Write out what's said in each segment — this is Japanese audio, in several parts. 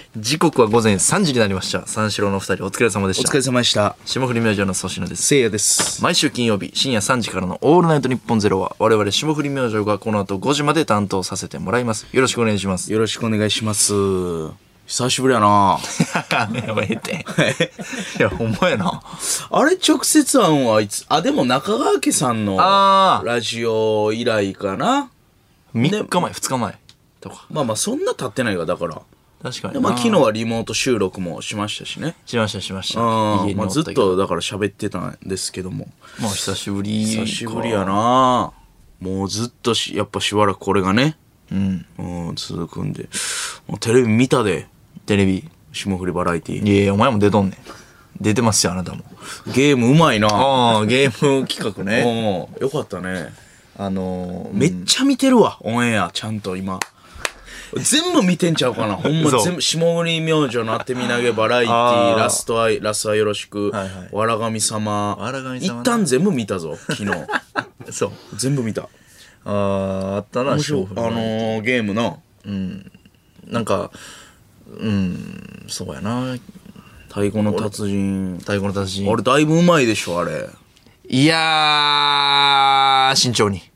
時刻は午前3時になりました。三四郎のお二人お疲れ様でした。 お疲れ様でした。 霜降り明星の粗品です。 せいやです。 毎週金曜日深夜3時からのオールナイトニッポンゼロは我々霜降り明星がこの後5時まで担当させてもらいます。よろしくお願いします。 よろしくお願いします。久しぶりやな。 やばいって。いやほんまやな。 あれ直接会うんはいつ？でも中川家さんのラジオ以来かな。 3日前2日前とか。 まあそんな経ってないがだから。 確かにな。 昨日はリモート収録もしましたしね。 しました。家にずっとだから喋ってたんですけども。 久しぶりやな。もうずっとやっぱしばらくこれがね。続くんで。もうテレビ見たで。 テレビ。 霜降りバラエティ。 いやお前も出とんねん。出てますよあなたも。 ゲームうまいな。 ゲーム企画ね。 よかったね。めっちゃ見てるわ、オンエア、ちゃんと今。全部見てんちゃうかな、ほんま全部、霜降り明星の当てみ投げバラエティ、ラスはよろしく、わらがみ様。一旦全部見たぞ、昨日。 そう。 全部見た。 あったな、 ゲームな。 なんか、そうやな。 太鼓の達人。 あれだいぶうまいでしょ、あれ。 いやー、慎重に。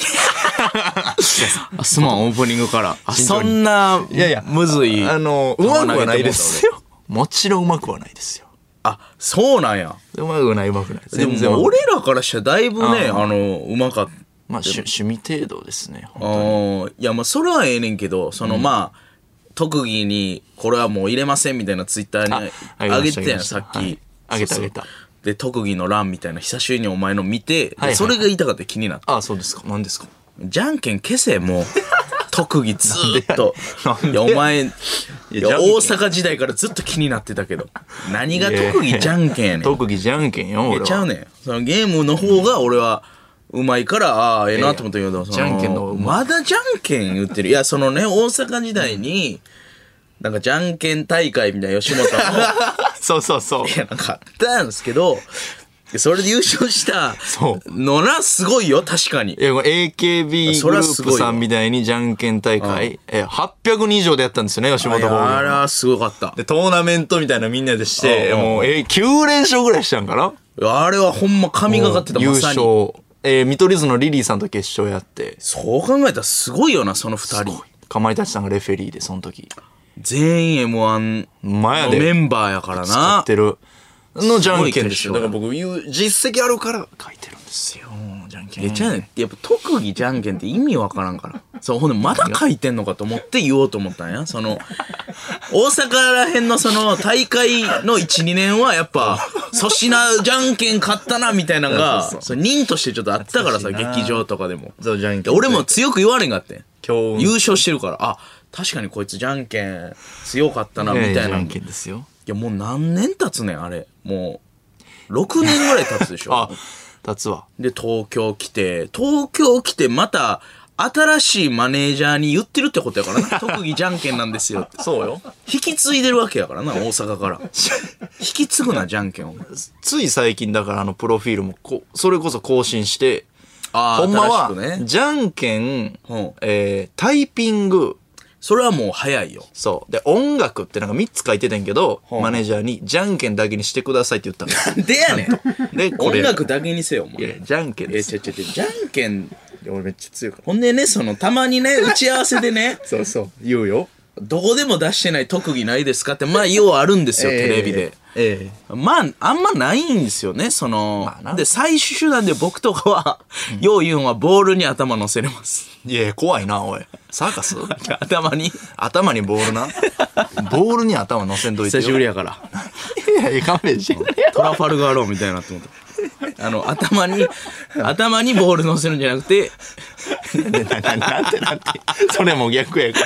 すまん、オープニングから。そんな、むずい。 うまくはないですよ。もちろんうまくはないですよ。 そうなんや。 うまくない。 でも、俺らからしたらだいぶね、うまかった。 趣味程度ですね、本当に。それはええねんけど、特技に、これはもう入れませんみたいなツイッターにあげてたやん、さっき。 あげた。 で、特技の欄みたいな久しぶりにお前の見て、それが言いたかった気になった。 そうですか。何ですか？ じゃんけん消せ、もう。特技ずーっと。いや、お前、大阪時代からずっと気になってたけど。何が特技じゃんけんやねん。 特技じゃんけんよ、俺は。 ちゃうねん。そのゲームの方が俺は、うまいから、ええなと思ったけど、 じゃんけんのまだじゃんけん言ってる。いや、大阪時代に、なんかじゃんけん大会みたいな吉本の。 そう。 いや、なんかあったんですけど、それで優勝したのな、すごいよ、確かに。 いや、AKB グループさんみたいにじゃんけん大会、800人以上でやったんですよね、吉本興業。 あら、すごかった。 で、トーナメントみたいなみんなでして、もう、9連勝ぐらいしたんかな？ あれはほんま神がかってた、まさに。 優勝。見取り図のリリーさんと決勝やって。 そう考えたらすごいよな、その二人。 かまいたちさんがレフェリーで、その時。 全員 M1 のメンバーやからな。 作ってる。のじゃんけんですよ。だから僕、実績あるから書いてるんですよ。じゃんけん。 やっぱ特技じゃんけんって意味わからんから。そう、ほんでまだ書いてんのかと思って言おうと思ったんや。大阪らへんの大会の1、2年はやっぱ、粗品じゃんけん勝ったなみたいなのが、任としてちょっとあったからさ、劇場とかでも。 そう、じゃんけん。 俺も強く言われんがってん。 今日。 優勝してるから、確かにこいつじゃんけん強かったなみたいな。 じゃんけんですよ。 いや、もう何年経つねん、あれ。もう、6年ぐらい経つでしょ。 経つわ。 で、東京来て、また、新しいマネージャーに言ってるってことやからな。特技じゃんけんなんですよって。 そうよ。 引き継いでるわけやからな、大阪から。引き継ぐな、じゃんけんを。 つい最近だからプロフィールもそれこそ更新して、 ほんまは、じゃんけん、タイピング、 それはもう早いよ。 そう。で、音楽ってなんか3つ書いてたんやけど、マネージャーに、じゃんけんだけにしてくださいって言ったの。 なんでやねん。 で、これ。 音楽だけにせよ、お前。 いや、じゃんけんです。 じゃんけん。 俺めっちゃ強いから。 ほんでね、たまにね、打ち合わせでね。 そう。言うよ。 どこでも出してない特技ないですかって、ようあるんですよ、テレビで。あんまないんですよね、で、最終手段で僕とかは、よう言うんはボールに頭乗せれます。 いや、怖いな、おい。サーカス頭にボールな。ボールに頭乗せんといてよ。 久しぶりやから。 いや、勘弁してくれよ。 トラファルガーローみたいなって思った。頭にボール乗せるんじゃなくて、 なんて。それも逆やから。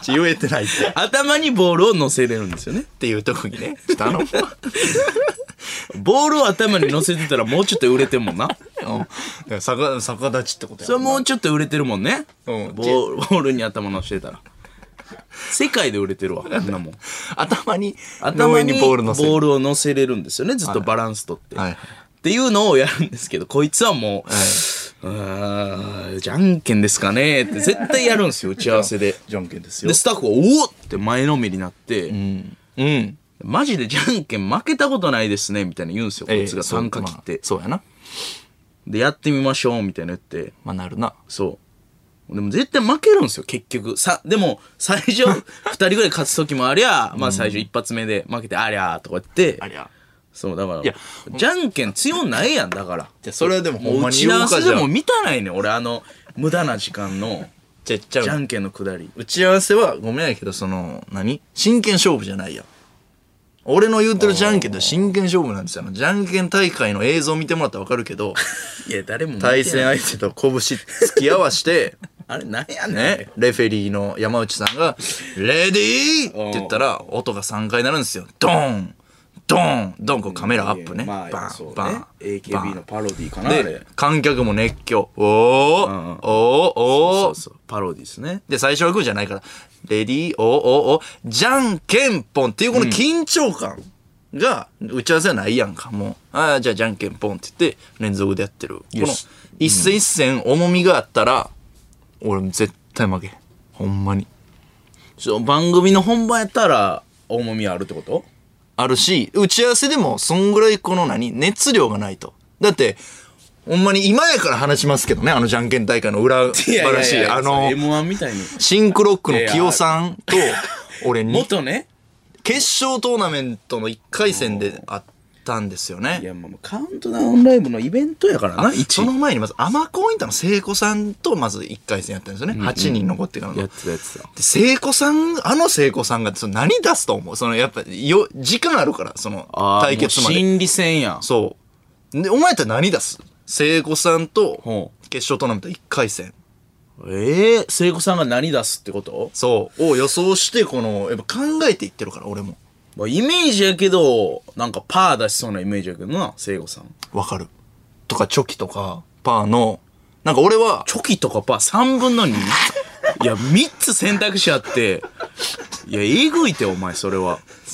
言えてないって。 頭にボールを乗せれるんですよね。 っていう特技ね。 ボールを頭に乗せてたらもうちょっと売れてるもんな。 逆立ちってことや。 それもうちょっと売れてるもんね。ボールに頭乗せてたら。世界で売れてるわ、こんなもん。 頭にボールを乗せれるんですよね、ずっとバランスとって。っていうのをやるんですけど、こいつはもう、 じゃんけんですかねって絶対やるんですよ、打ち合わせで。 じゃんけんですよ。 で、スタッフが、おおって前のめりになって、 うん。 マジでじゃんけん負けたことないですね、みたいな言うんですよ、こいつが参加切って。 そうやな。 で、やってみましょう、みたいな言って。 まあなるな。 そう。でも絶対負けるんですよ、結局。でも、最初、二人ぐらい勝つ時もありゃ、まあ最初一発目で負けて、ありゃーとか言って、 ありゃ。 そう、だから、 いやじゃんけん強ないやん、だから。 じゃそれはでもほんまにもう打ち合わせで言おうかじゃあも見たないねん、俺、無駄な時間の、 ちゃうじゃんけんのくだり。 打ち合わせはごめんやけど、真剣勝負じゃないやん。俺の言うてるじゃんけんって真剣勝負なんですよ。じゃんけん大会の映像見てもらったらわかるけど、 いや、誰も見てない対戦相手と拳突き合わして、 あれ、なんやねん。 ね、レフェリーの山内さんが、レディーって言ったら、音が3回鳴るんですよ。ドーンドーンドン、こうカメラアップね。 まあバン、 そうねバン。 AKB のパロディかな、あでれ。、 観客も熱狂。おー、おー、おー。 そう、パロディですね。 で、最初はグーじゃないから、レディー、おー、おー、おー、じゃんけんぽんっていうこの緊張感が、打ち合わせはないやんか、もう。じゃあじゃんけんぽんって言って、連続でやってる。この、一戦一戦重みがあったら、俺絶対負け。ほんまに。 番組の本番やったら、重みあるってこと？ あるし、打ち合わせでもそんぐらい熱量がないと。だって、ほんまに今やから話しますけどね、じゃんけん大会の裏話。 M1 みたいに。 シンクロックの清さんと、俺に、 元ね。 決勝トーナメントの1回戦であったんですよいね。 や、もうカウントダウンライブのイベントやからな、 その前にまず、アマコインタの聖子さんとまず1回戦やったんですよね。8人残ってからの。 やってたやってた。 で、聖子さん、聖子さんが、何出すと思う？やっぱ、時間あるから、対決まで。 心理戦やん。 そう。で、お前やったら何出す？聖子さんとほ、 決勝トーナメント1回戦。 聖子さんが何出すってこと？ そう。を予想して、やっぱ考えていってるから、俺も。 まあイメージやけど、なんかパー出しそうなイメージやけどな、聖子さん。 わかる。とか、チョキとか、パーの、なんか俺は、 チョキとかパー3分の 2? いや、3つ選択肢あって、いや、えぐいて、お前、それは。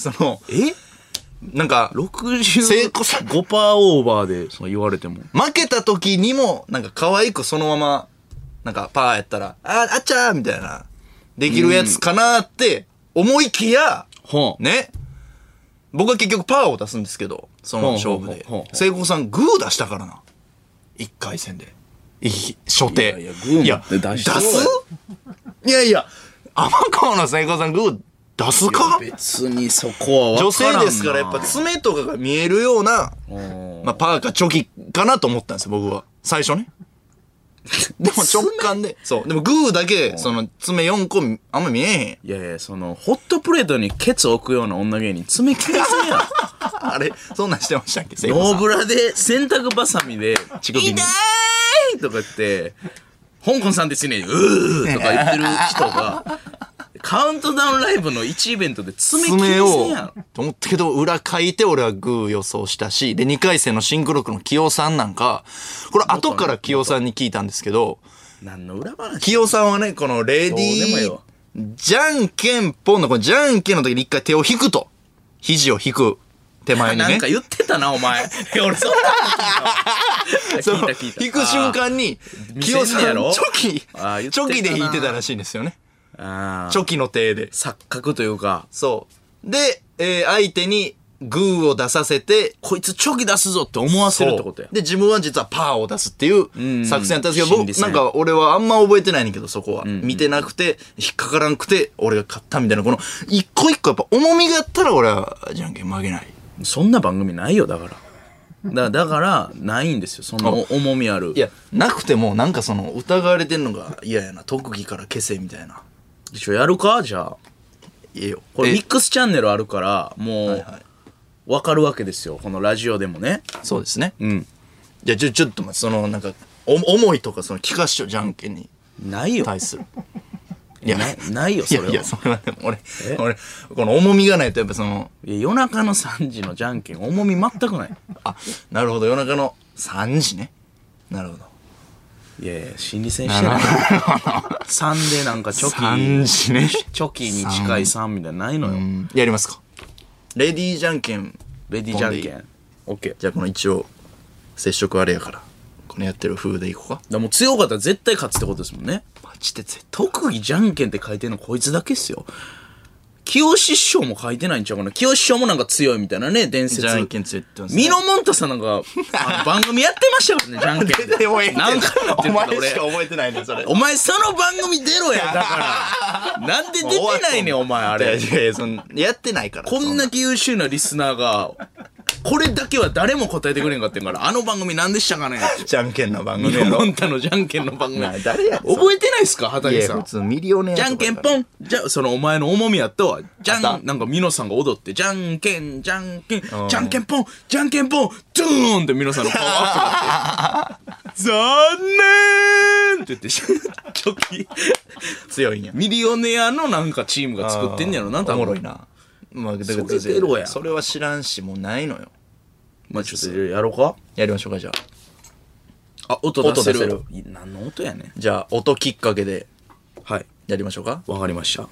なんか、聖子さん 5%オーバーで、そう言われても。 負けた時にも、なんか可愛くそのまま、なんかパーやったら、あっちゃーみたいな、できるやつかなって思いきや、ね。僕は結局パーを出すんですけど、その勝負で。聖子さんグー出したからな。1回戦で。初手。 いやグーって出して出す？いやいや、天川の聖子さんグー出すか？ 別にそこは女分からんな。 性ですからやっぱ爪とかが見えるような、まあパーかチョキかなと思ったんですよ、僕は。最初ね。でも直感で。そう。でもグーだけ、爪4個あんま見えへん。 いやいや、ホットプレートにケツ置くような女芸人、爪切れせんやん。 あれそんなんしてましたっけ？聖子さんノーブラで洗濯バサミで、 乳首に痛いとか言って、香港さんですね、うーとか言ってる人が、カウントダウンライブの1イベントで爪切れせんやん。 と思ったけど、裏書いて俺はグー予想したし、で、2回戦のシンクロックの清さんなんか、これ後から清さんに聞いたんですけど、 何の裏話？ 清さんはね、このレデどうでもィよー、じゃんけんぽんのこのじゃんけんの時に一回手を引くと。肘を引く。手前にね。 なんか言ってたな、お前。いや、俺そんなのその聞いた。 引く瞬間に、清さん、チ見せんねやろョキ、チあー言ってたなョキで引いてたらしいんですよね。 あーチョキの手で。 錯覚というか、 そう。で、相手にグーを出させて、 こいつチョキ出すぞって思わせるってことや。 で、自分は実はパーを出すっていう作戦やったんですけど、僕、 心理戦なんか俺はあんま覚えてないねんけど、そこは。見てなくて、引っかからんくて、俺が勝ったみたいな、この、一個一個やっぱ重みがあったら俺は、じゃんけん負けない。 そんな番組ないよ、だから。だから、ないんですよ、その重みある。 いや、なくても、なんか疑われてんのが嫌やな。特技から消せみたいな。 一応やるかじゃあ。 いいよ。 これミックスチャンネルあるから、もう、 はいはい。 わかるわけですよ。このラジオでもね。 そうですね。 うん。 じゃあ、ちょっと待って、なんか、思いとか、聞かしよ、じゃんけんにないよ。 対する。 いや、ないよ、それは。 いや、それはでも俺、この重みがないと、やっぱいや夜中の3時のじゃんけん、重み全くない。 あ、なるほど、夜中の3時ね。なるほど。 いやいや、心理戦してない。3でなんかチョキ、 3時ね。 チョキに近い3みたいなのないのよ。 やりますか。レディーじゃんけん。 レディーじゃんけん。オッケー。 じゃあこの一応、接触あれやから。 このやってる風でいこうか。 らもう強かったら絶対勝つってことですもんね。 マジで絶対。 特技じゃんけんって書いてるのこいつだけっすよ。清志師匠も書いてないんちゃうかな。清志師匠もなんか強いみたいなね、伝説。 じゃんけん強いって言ってますね。 ミノモンタさんなんか、番組やってましたからね、じゃんけんで。何回も言ってるけどお前しか覚えてないねん、それ。 お前その番組出ろや、だから。なんで出てないねん、お前あれ。 いやいや、やってないから。 こんだけ優秀なリスナーが、これだけは誰も答えてくれんかってんから、あの番組何でしたかねじゃんけんの番ミ組やろ。 ノモンタのじゃんけんの番組。 誰や覚えてないっすか、畑さん。 普通ミリオネア。 じゃんけんぽん。じゃ、そのお前の重みやったわ。じゃあったん、なんかミノさんが踊って、じゃんけん、じゃんけん、じゃんけんぽん、じゃんけんぽん、ドーンってミノさんの顔アップなって。残念って言って、チョキ。 強いんや。 ミリオネアのなんかチームが作ってんねやろな、多分。 おもろいな。まあ、だからそれ出ろやそれは知らんし、もうないのよ。 まあちょっとやろうか。 やりましょうか、じゃあ。 あ、音出せる。 音何の音やねん。 じゃあ、音きっかけではい。 やりましょうか。 わかりました。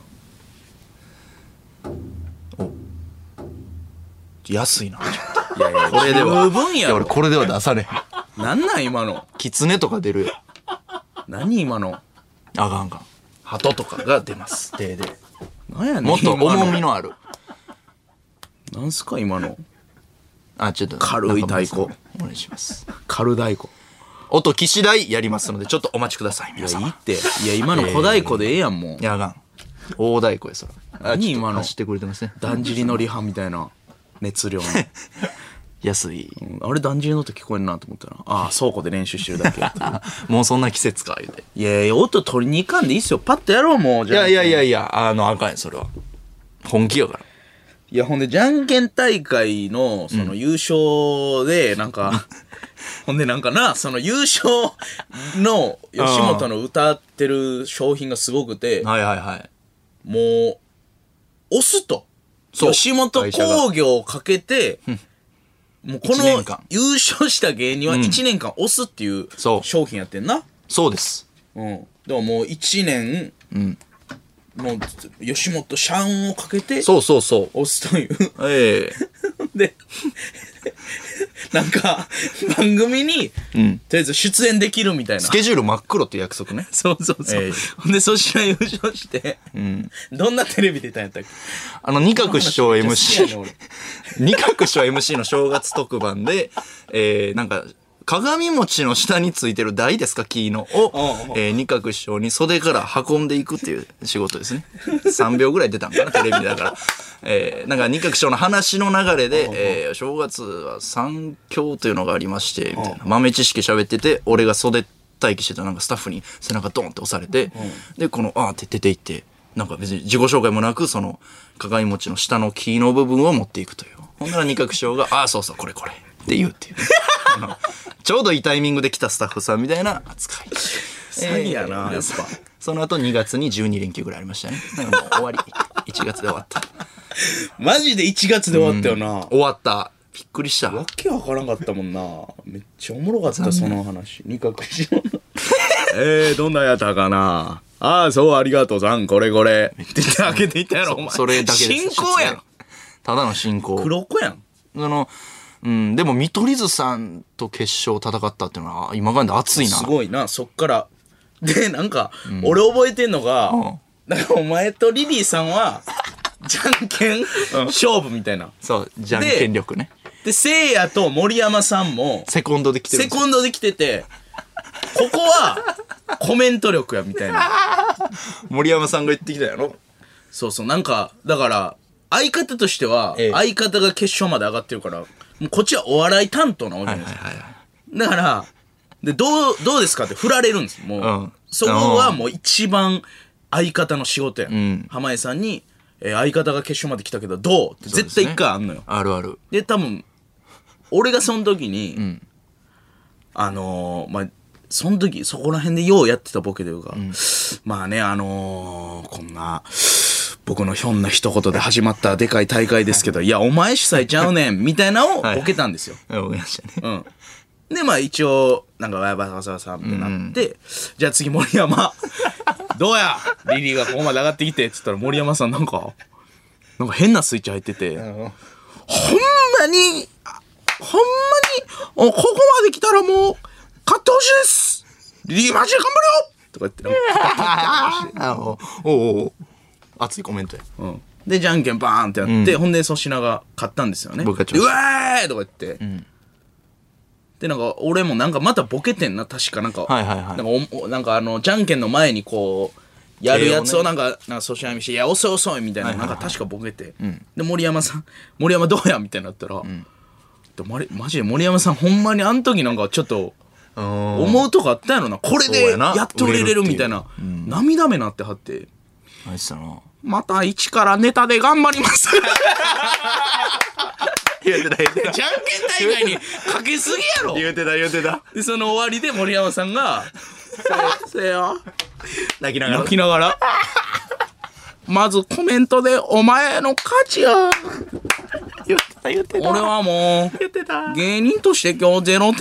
安いな。 いやいや、 これでは十分いや、 やろ俺。これでは出されへん。 なんなん今の。 キツネとか出るよ。 何今の。 あかんあかん。鳩とかが出ます。で。 なんやねん。 もっと今の重みのある。 なんすか今の。 あ、ちょっと。 軽い太鼓お願いします。 カル太鼓。 音騎士台やりますので、ちょっとお待ちください、皆様。 いいって。いや、今の小太鼓でええやん、もう。 いや、あかん。大太鼓や、そら。 何今の走ってくれてますね。 だんじりのリハみたいな熱量の。 安い。 あれ、だんじりの音聞こえんなと思ったら、ああ、倉庫で練習してるだけやった。 もうそんな季節か、言うて。 いやいや、音取りに行かんでいいっすよ。パッとやろう、もう。じゃあ。 いや、あかんや、それは。本気やから。 いや、ほんで、じゃんけん大会の、その優勝で、なんか、ほんでなんかな、その優勝の吉本の歌ってる商品がすごくて、 はい。 もう、押すと。 そう吉本興業をかけて、もうこ一の年間優勝した芸人は1年間押すっていうそう商品やってんな。 そうです。 うん。でももう1年、もう吉本社運をかけてそう。 押すという。 えで、なんか、番組に、とりあえず出演できるみたいな。 スケジュール真っ黒って約束ね。 そう。ほんで、そちら優勝して、どんなテレビ出たんやったっけ。 二角師匠好きやね MC 俺。 二角師匠 MC の正月特番で、なんか、鏡餅の下についてる台ですか、キーのを、二角師匠に袖から運んでいくっていう仕事ですね。3秒ぐらい出たんかな、テレビだから。なんか二角師匠の話の流れで、正月は三強というのがありまして、みたいな。豆知識喋ってて、俺が袖待機してたらなんかスタッフに背中ドンって押されて、で、この、って出て行って、なんか別に自己紹介もなく、その、鏡餅の下のキーの部分を持っていくという。ほんなら二角師匠が、そう、これ。って言うっていう。ちょうどいいタイミングで来たスタッフさんみたいな扱い。 詐欺やな、やっぱ。 その後2月に12連休ぐらいありましたね。なんかもう終わり。1月で終わった。 マジで1月で終わったよな。 終わった。びっくりした。 わけわからんかったもんな。めっちゃおもろかった、その話。二角師匠の。どんなやったかな。そう、ありがとうさん、これ。って言って開けていったやろ、お前。 それだけです。 進行やん。 ただの進行。 黒子やん。 でも見取り図さんと決勝戦ったっていうのは今まで熱いな。 すごいな、そっから。で、なんか、俺覚えてんのが、なんかお前とリリーさんは、じゃんけん勝負みたいな。 そう、じゃんけん力ね。 で、せいやと森山さんも、 セコンドで来てる。 セコンドで来てて、ここは、コメント力や、みたいな。 森山さんが言ってきたやろ。 そう、なんか、だから、相方としては、相方が決勝まで上がってるから、もうこっちはお笑い担当なわけですよ。だから、で、どうですかって振られるんです。もう、そこはもう一番相方の仕事や。濱家さんに、相方が決勝まで来たけど、どうって絶対一回あんのよ。 あるある。 で、多分、俺がその時に、まあ、その時、そこら辺でようやってたボケというか、まあね、こんな、僕のひょんな一言で始まったでかい大会ですけど、いや、お前主催ちゃうねん、みたいなのをボケたんですよ。 ボケましたね。 で、まあ一応、なんか、わさってなって、じゃあ次森山、どうやリリーがここまで上がってきて、って言ったら森山さんなんか変なスイッチ入ってて、ほんまに、ここまで来たらもう、勝ってほしいですリリーマジで頑張れよとか言ってなんかお熱いコメントや。 で、じゃんけんバーンってやって、ほんで粗品が勝ったんですよね。 僕が勝ちうましたわーいとか言って。で、なんか、俺もなんかまたボケてんな、確かなんか。 はいはいはいなんかじゃんけんの前にこう、やるやつをなんか粗品にして、いや、遅い遅いみたいな、なんか確かボケて。で、森山どうやみたいになったら、マジで森山さんほんまにあの時なんかちょっと、思うとこあったやろな。これでやっと売れれるみたいな。涙目なってはって。 あいつだな。 また一からネタで頑張ります。 言うてた言うてた。 じゃんけん大会にかけすぎやろ。 言うてた言うてた。 で、その終わりで森山さんが、せよ。 泣きながら。 泣きながら。まずコメントでお前の勝ちや。 言ってた言ってた。 俺はもう、 言ってた。 芸人として今日0点やった。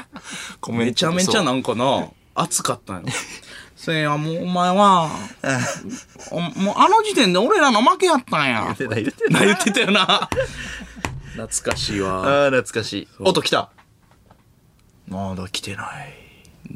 めめちゃめちゃなんかな、熱かったんよ。せや、もうお前は、もうあの時点で俺らの負けやったんや。 言ってた言って言ってたよな。懐かしいわ。 ああ、懐かしい。音来た。まだ来てない。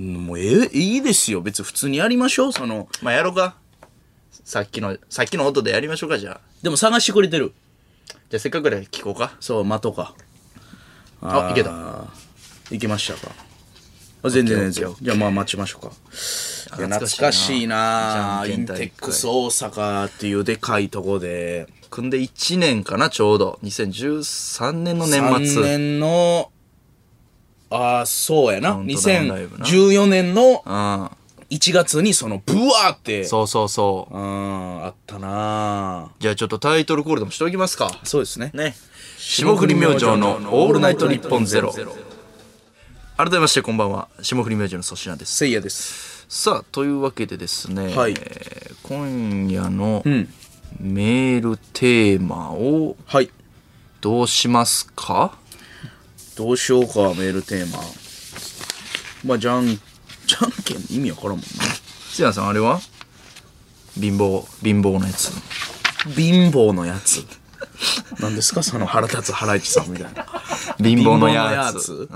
もういいですよ。別に普通にやりましょう。 まあやろうか。さっきの音でやりましょうか、じゃあ。 でも探してくれてる。 じゃあせっかくで聞こうか。 そう、待とうか。 あ、いけた。 いけましたか。全然。じゃあまあ待ちましょうか。いや懐かしいなインテックス大阪っていうでかいとこで。 組んで1年かな、ちょうど。2013年の年末。 3年の、そうやな。 カウントダウンライブな 2014年のあ 1月にそのブワーって。 そうそうそう。 あったなじゃあちょっとタイトルコールでもしておきますか。 そうですね。 ね。霜降り明星のオールナイトニッポンゼロ。改めましてこんばんは。霜降り明星の粗品です。 せいやです。 さあ、というわけでですね。 はい今夜のメールテーマをはい。 どうしますか？ どうしようか、メールテーマ。まあ、じゃんけん意味わからんもんな。 せやさん、あれは貧乏のやつ。 貧乏のやつ。何ですかその腹立つハライチさんみたいな。 貧乏のやつ。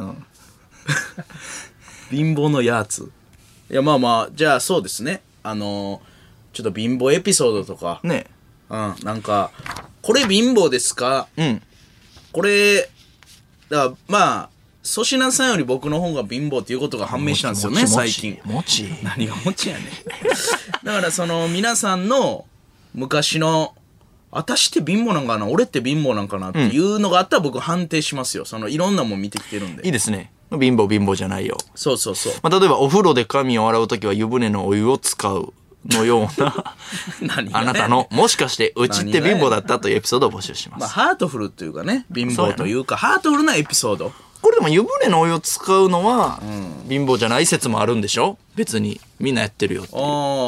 貧乏のやつ。いや、まあまあ、じゃあそうですね。ちょっと貧乏エピソードとか。 ね。 なんか、これ貧乏ですか？これ、だからまあ、粗品さんより僕の方が貧乏っていうことが判明したんですよね、最近。何がもちやねん。だから皆さんの昔の、私って貧乏なんかな俺って貧乏なんかなっていうのがあったら僕判定しますよ。いろんなもん見てきてるんで。 いいですね。貧乏じゃないよ。 そうそうそう。 まあ、例えばお風呂で髪を洗うときは湯船のお湯を使うのようなあなたのもしかしてうちって貧乏だったというエピソードを募集します。 まあハートフルというかね、貧乏というかハートフルなエピソード。 これでも湯船のお湯を使うのは貧乏じゃない説もあるんでしょ？別にみんなやってるよっていう。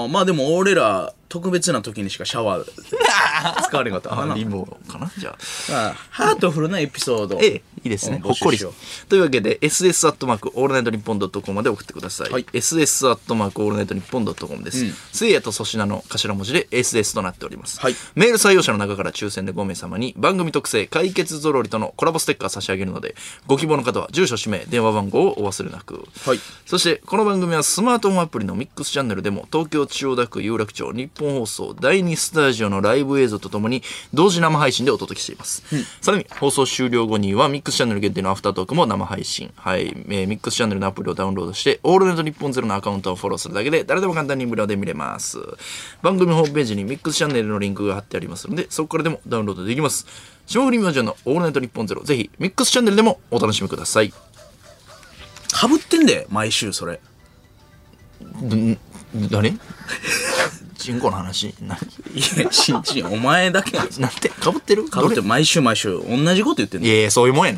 まあでも俺ら特別な時にしかシャワー使われなかったかな。 貧乏かな。じゃあハートフルなエピソード。 いいですね。ほっこり。というわけで ss アットマークオールナイトニッポンドットコムまで送ってください。はい、ss アットマークオールナイトニッポンドットコムです。せいやと粗品の頭文字で ss となっております。はい、メール採用者の中から抽選で5名様に番組特製解決ぞろりとのコラボステッカー差し上げるので、ご希望の方は住所氏名電話番号をお忘れなく。はい、そしてこの番組はスマートフォンアプリのミックスチャンネルでも東京千代田区有楽町日本放送第2スタジオのライブ映像とともに同時生配信でお届けしています。さらに放送終了後にはミックスチャンネル限定のアフタートークも生配信。はい、ミックスチャンネルのアプリをダウンロードしてオールナイトニッポンゼロのアカウントをフォローするだけで誰でも簡単に無料で見れます。番組ホームページにミックスチャンネルのリンクが貼ってありますのでそこからでもダウンロードできます。霜降り明星のオールナイトニッポンゼロ、ぜひミックスチャンネルでもお楽しみください。 かぶってんで毎週それ。 誰チンコの話何？ いや、ちんお前だけなんてかぶってる？ かぶってる。毎週同じこと言ってんの。 いやそういうもんやねん。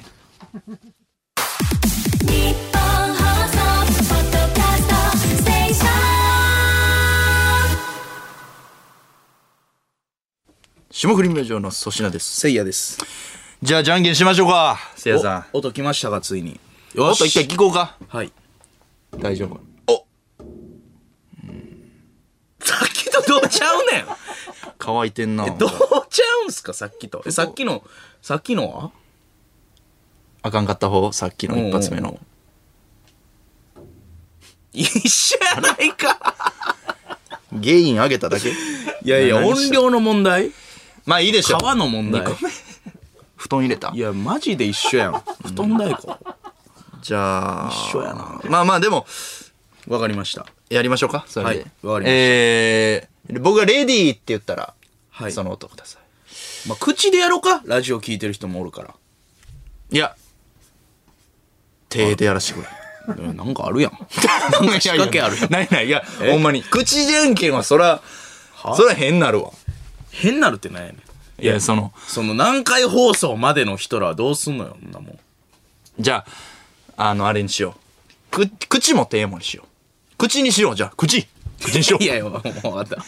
霜降り明星の粗品です。 せいやです。 じゃあじゃんけんしましょうか。せいやさん。 音来ましたかついに。 よし。音一回聞こうか。 はい。 大丈夫。 さっきとどうちゃうねん。 乾いてんな。 どうちゃうんすかさっきと。さっきのはあかんかった方、さっきの一発目の。 一緒やないか。 ゲイン上げただけ。 いやいや、 何音量の問題、 まあいいでしょ。 川の問題。 布団入れたいや、マジで一緒やん。布団太鼓。 じゃあ。 一緒やな。 まあまあでも、 わかりました。 やりましょうか、それで。 はいわかりました僕がレディーって言ったら、 はいその音くださまあ、口でやろうか。ラジオ聞いてる人もおるから。 い。いや、手でやらしてくれ。 なんかあるやん。なんか仕掛けあるやん。 ないない、いや、ほんまに。口じゃんけんはそら変なるわ。 変なるってなんやねん。 いや、その何回放送までの人らはどうすんのよ、そんなもん。 じゃあ、あれにしよう。口も手もにしよう。口にしよう、じゃあ、口にしよう。 いやいや、もう分かった。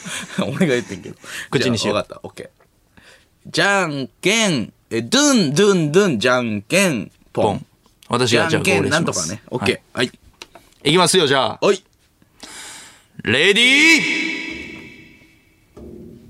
俺が言ってんけど。 口にしよう分かった。オッケー。じゃんけん、ドゥン、ドゥン、ドゥン、じゃんけん、ポン。 私がじゃあじゃんけん、 号令します。 なんとかね。オッケー。はい。 いきますよ、じゃあ。 おい。 レディー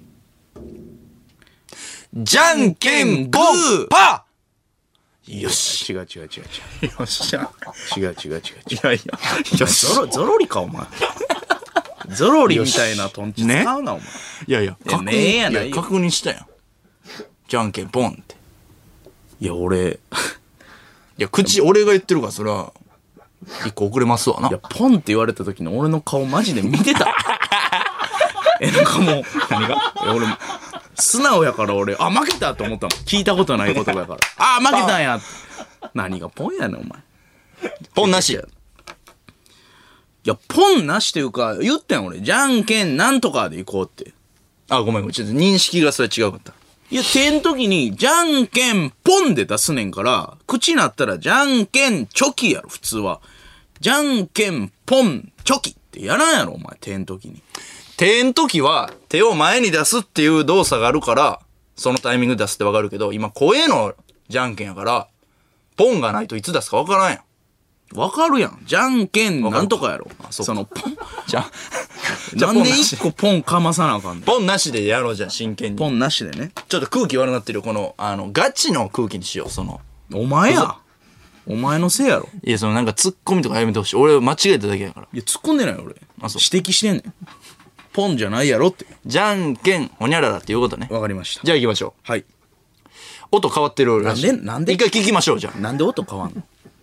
じゃんけんぽんパーよし。 違う。 よっしゃ。 違う。 いやいや。よし。 ゾロリか、お前。ゾロリみたいなトンチ使うな、お前。 いやいや、 ねえやないよ確認したやん。じゃんけんポンって。 いや、俺、 いや、俺が言ってるから、それは、一個遅れますわな。 いや、ポンって言われた時の俺の顔マジで見てた。なんかもう、何が俺、素直やから俺、負けたと思ったもん。聞いたことない言葉やから。負けたんや。何がポンやねん、お前。 ポンなし。 いや、ポンなしというか、言ったやん俺。じゃんけんなんとかで行こうって。 ごめん。ちょっと認識がそれ違うかった。 いや、手ん時に、じゃんけんポンで出すねんから、口なったら、じゃんけんチョキやろ、普通は。じゃんけんポンチョキってやらんやろ、お前、手ん時に。 手ん時は、手を前に出すっていう動作があるから、そのタイミングで出すってわかるけど、今、声のじゃんけんやから、ポンがないといつ出すかわからんやん。 わかるやん。じゃんけんなんとかやろ。 そうかそのポン。 じゃなんで一個ポンかまさなあかんねん。 ポンなしでやろうじゃん、真剣に。 ポンなしでね。 ちょっと空気悪なってるよ。この、ガチの空気にしよう、 お前や。お前のせいやろ。 いや、なんかツッコミとかやめてほしい。俺間違えただけやから。 いや、突っ込んでないよ、俺。 そう指摘してんねん。ポンじゃないやろって。 じゃんけん、ほにゃららっていうことね。 わかりました。 じゃあ行きましょはい。 う。音変わってるらしい。 なんで一回聞きましょう、じゃなんで音変わんの？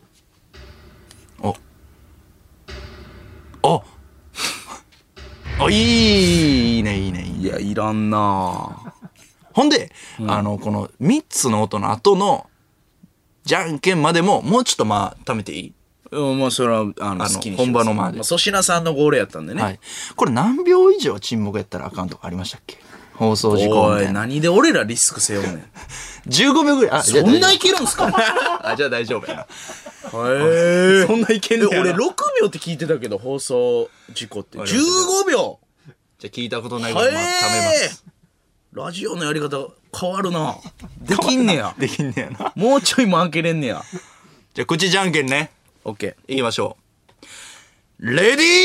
いいね。 いや、いらんなぁ。 ほんで、この3つの音の後の、じゃんけんまでも、もうちょっと貯めていい？ もうそれは、好きにします本場のまで。 粗品さんの号令やったんでね。 はい。これ何秒以上沈黙やったらあかんとかありましたっけ？放送事故みおい、 たいな。 何で俺らリスク背負うねん。 15秒ぐらい。 そんないけるんすか？ じゃあ大丈夫やな。 へえ。 そんないけんねやな。 俺6秒って聞いてたけど、放送事故って。15秒じゃあ聞いたことないから、貯めます。 ラジオのやり方変わるな。できんねや。 できんねやな。 もうちょい負けれんねや。 じゃあ口じゃんけんね。 オッケー。 いきましょう。レディ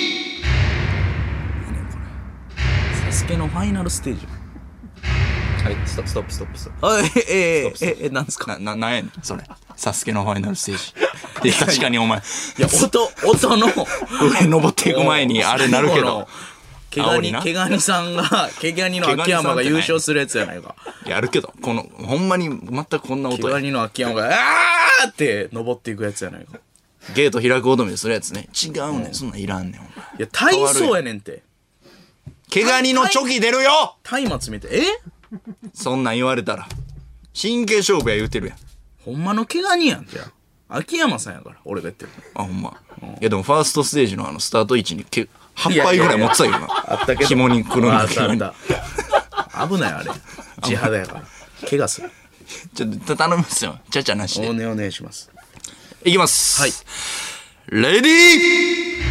サスケのファイナルステージ。 ーはい、ストップ。 なんですか？ なんやねん、それ。サスケのファイナルステージ。いや、確かにお前、 いや、音の、 上登っていく前にあれなるけど。 毛ガニさんが、毛ガニの秋山が優勝するやつやないか。 やるけど、ほんまに全くこんな音や。 毛ガニの秋山が、ーって登っていくやつやないか。 ゲート開く音でするやつね。違うねん、そんなんいらんねん、お前。 いや、体操やねんて。 毛ガニのチョキ出るよ。 松明めて、 そんなん言われたら。神経勝負や言うてるやん。 ほんまの毛ガニやん、じゃあ。秋山さんやから、俺が言ってるほんま。いや、でもファーストステージのスタート位置に8杯ぐらい持ってたけどな。 あったけど。 紐にくるんだけど。 あった。危ない、あれ。地肌やから。怪我する。 ちょっと頼みますよ。ちゃちゃなしで。 お願いします。 いきます。 はい。 レディー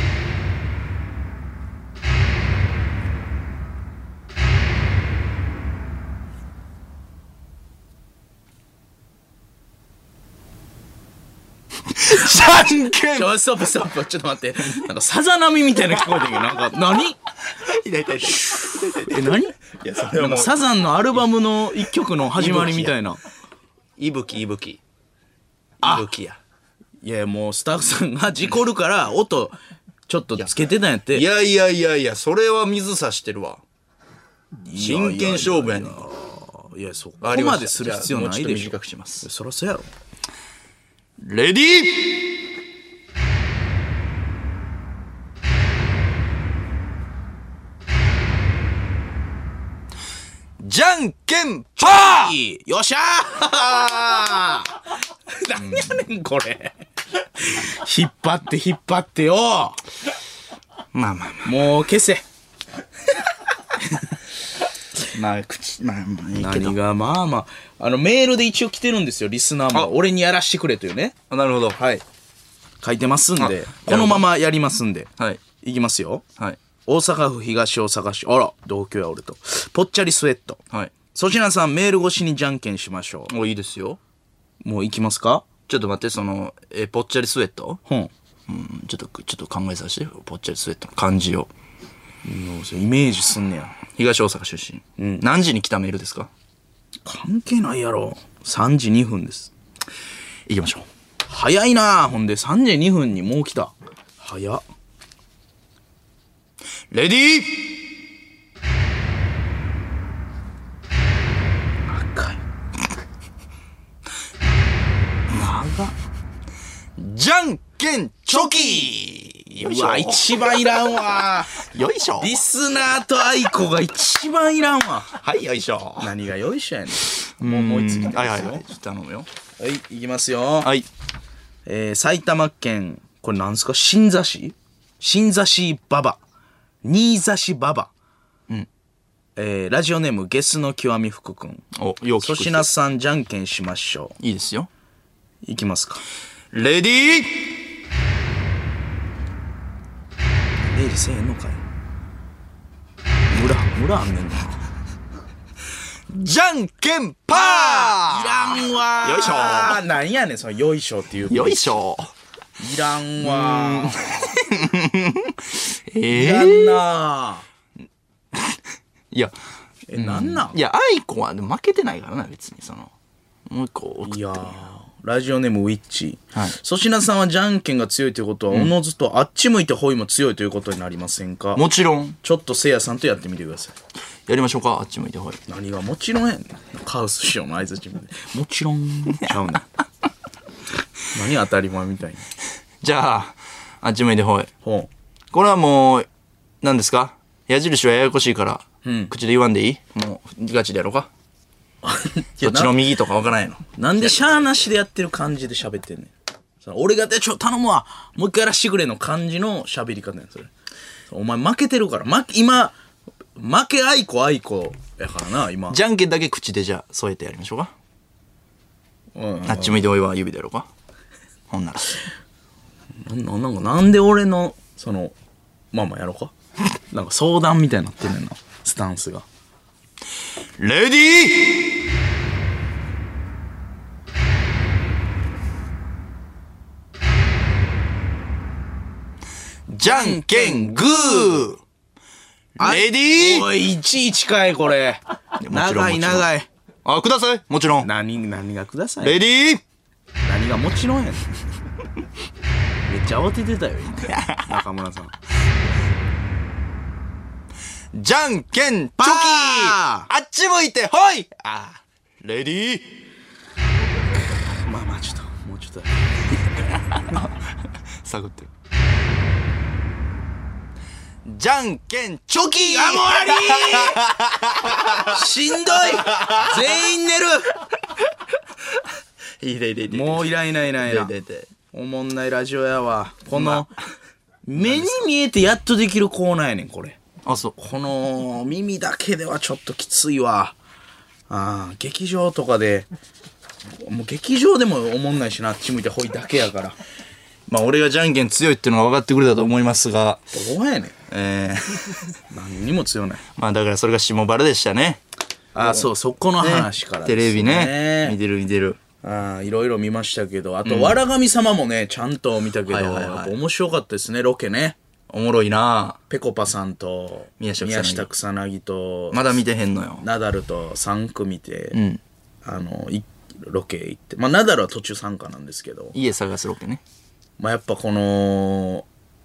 じゃんけんストップ。ちょっと待って。なんか、さざ波みたいな聞こえてるけど、なんか、何何？ いや、それはもう、 なんかサザンのアルバムの一曲の始まりみたいな。 いぶきや。 いや、もうスタッフさんが事故るから、音、 ちょっとつけてたんやって。 いやいやいやいや、それは水差してるわ。真剣勝負やねん。 いや、そこまでする必要ないでしょ。 もうちょっと短くします。 そらそうやろ。 レディーじゃんけんパー。 よっしゃー何やねんこれ。引っ張ってよ。 まあまあまあ。 もう消せ。 まあ、いいけど。 何がまあまあ。メールで一応来てるんですよ、リスナーも。俺にやらしてくれというね。 なるほど。 はい。書いてますんで、このままやりますんで。 はい。 いきますよ。 はい。 大阪府東大阪市。あら、同居や俺と。ぽっちゃりスウェット。 はい。 粗品さん、メール越しにじゃんけんしましょもういいですよ。 う。もう行きますか？ ちょっと待って、ぽっちゃりスウェットうん。 ちょっと考えさせて。ぽっちゃりスウェットの漢字を。 イメージすんねや。 東大阪出身。何時に来たメールですか？ 関係ないやろ。3時2分です。 行きましょう。 早いな。ほんで3時2分にもう来た。早っ。 レディー赤い。長っ。 じゃんけんチョキよいしょ。 うわ、一番いらんわ。 よいしょ。 リスナーとアイコが一番いらんわ。 はいよいしょ。 何がよいしょやねん。もう一ついきますよ。 はいはいはい。ちょっと頼むよ。 はい、いきますよ。 はい。 埼玉県、これなんすか？新座市ババ。新座市ババ。ラジオネームゲスの極み福くん。 お、よう聞く人。 粗品さんじゃんけんしましょう。 いいですよ。 いきますか。 レディーレイジせえへんのかい。村あんねんな。 じゃんけんパーいらんわー。 よいしょ。 なんやねん、そのよいしょっていう。 よいしょ。 いらんわー。 いいらんなー。 いや、 なんなん？ いや、アイコは負けてないからな、別に。もう一個送って。 いやー、ラジオネームウィッチ。 はい。 粗品さんはじゃんけんが強いということは、おのずとあっち向いてホイも強いということになりませんか？ もちろん。 ちょっとせいやさんとやってみてください。 やりましょうか、あっち向いてほい。 何がもちろんやねん。カウス師匠の合図チームで。もちろん。ちゃうねん。何当たり前みたいに。 じゃあ、あっち向いてほい。 ほこれはもう、何ですか？矢印はややこしいから、口で言わんでいい？もう、ガチでやろうか。どっちの右とかわからんやろ。 なんでシャーなしでやってる感じで喋ってんねん。俺が頼むわ。もう一回やらしてくれの感じの喋り方やん、それ。お前負けてるから。今、負けあいこやからな、今。 じゃんけんだけ口でじゃあ添えてやりましょうか。あっち向いておいは指でやろうか。ほんなら。 なんで俺の、まあやろうか。なんか相談みたいになってんねんな、スタンスが。 レディーじゃんけんグーレディーおい、いちいちかい、これ。長い。 あ、ください。もちろん。 何がください。 レディー何がもちろんやねん。めっちゃ慌ててたよ、今。中村さん。 じゃんけんチョキあっち向いてほいレディーまあちょっともうちょっと探ってる。じゃんけんチョキもう終わりしんどい全員寝るもういらんおもんないラジオやわ。この目に見えてやっとできるコーナーやねん、これ。 あ、そう。 この耳だけではちょっときついわ。劇場とかで、もう劇場でもおもんないしな、あっち向いてほいだけやから。 まあ俺がじゃんけん強いっていうのが分かってくれたと思いますが。 どうやねん。何にも強ない。 まあだからそれが下原でしたね。 そこの話からですね。テレビね。見てる。 いろいろ見ましたけど、あと、わらがみ様もね、ちゃんと見たけど、やっぱ面白かったですね、ロケね。 おもろいな。 ぺこぱさんと宮下草薙とまだ見てへんのよ。 ナダルと3組で、ロケ行って、ナダルは途中参加なんですけど、 家探すロケね。 やっぱこの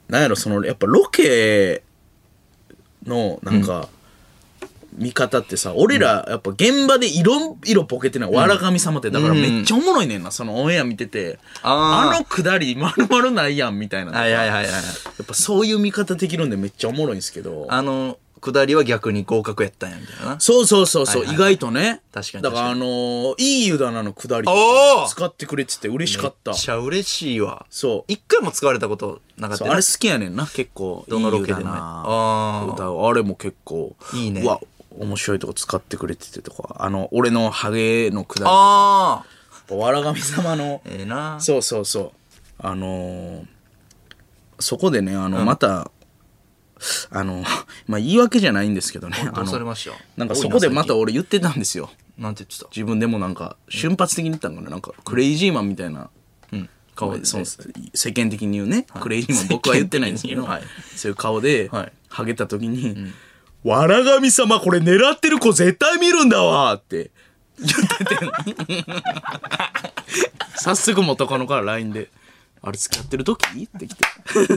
なんやろ、やっぱロケの、なんか、見方ってさ、俺ら、やっぱ現場でいろいろボケてない、わら神様って、だからめっちゃおもろいねんな、そのオンエア見てて。あのくだり、まるまるないやん、みたいな。 はいはいはいはい。 やっぱそういう見方できるんでめっちゃおもろいんですけど。 下りは逆に合格やったんや、みたいなな。 そうそうそうそう、意外とね。 確かにだからいい湯だなの下りとか使ってくれてて嬉しかった。 めっちゃ嬉しいわ。 そう。 一回も使われたことなかった。 あれ好きやねんな、結構。 どのロケでも。 あれも結構。 いいね。 うわ、面白いとこ使ってくれててとか、俺のハゲの下りとか。わら神様の。 な。 そうそうそう。そこでね、また、まあ、言い訳じゃないんですけどね。 どうされました？ なんかそこでまた俺言ってたんですよ。 なんて言ってた？ 自分でもなんか、瞬発的に言ったのかな。なんか、クレイジーマンみたいな。顔で、そう世間的に言うね。クレイジーマン僕は言ってないんですけど、そういう顔で、ハゲた時に、わら神様これ狙ってる子絶対見るんだわって言ってて。早速元カノから LINE で、あれ付き合ってる時って来て。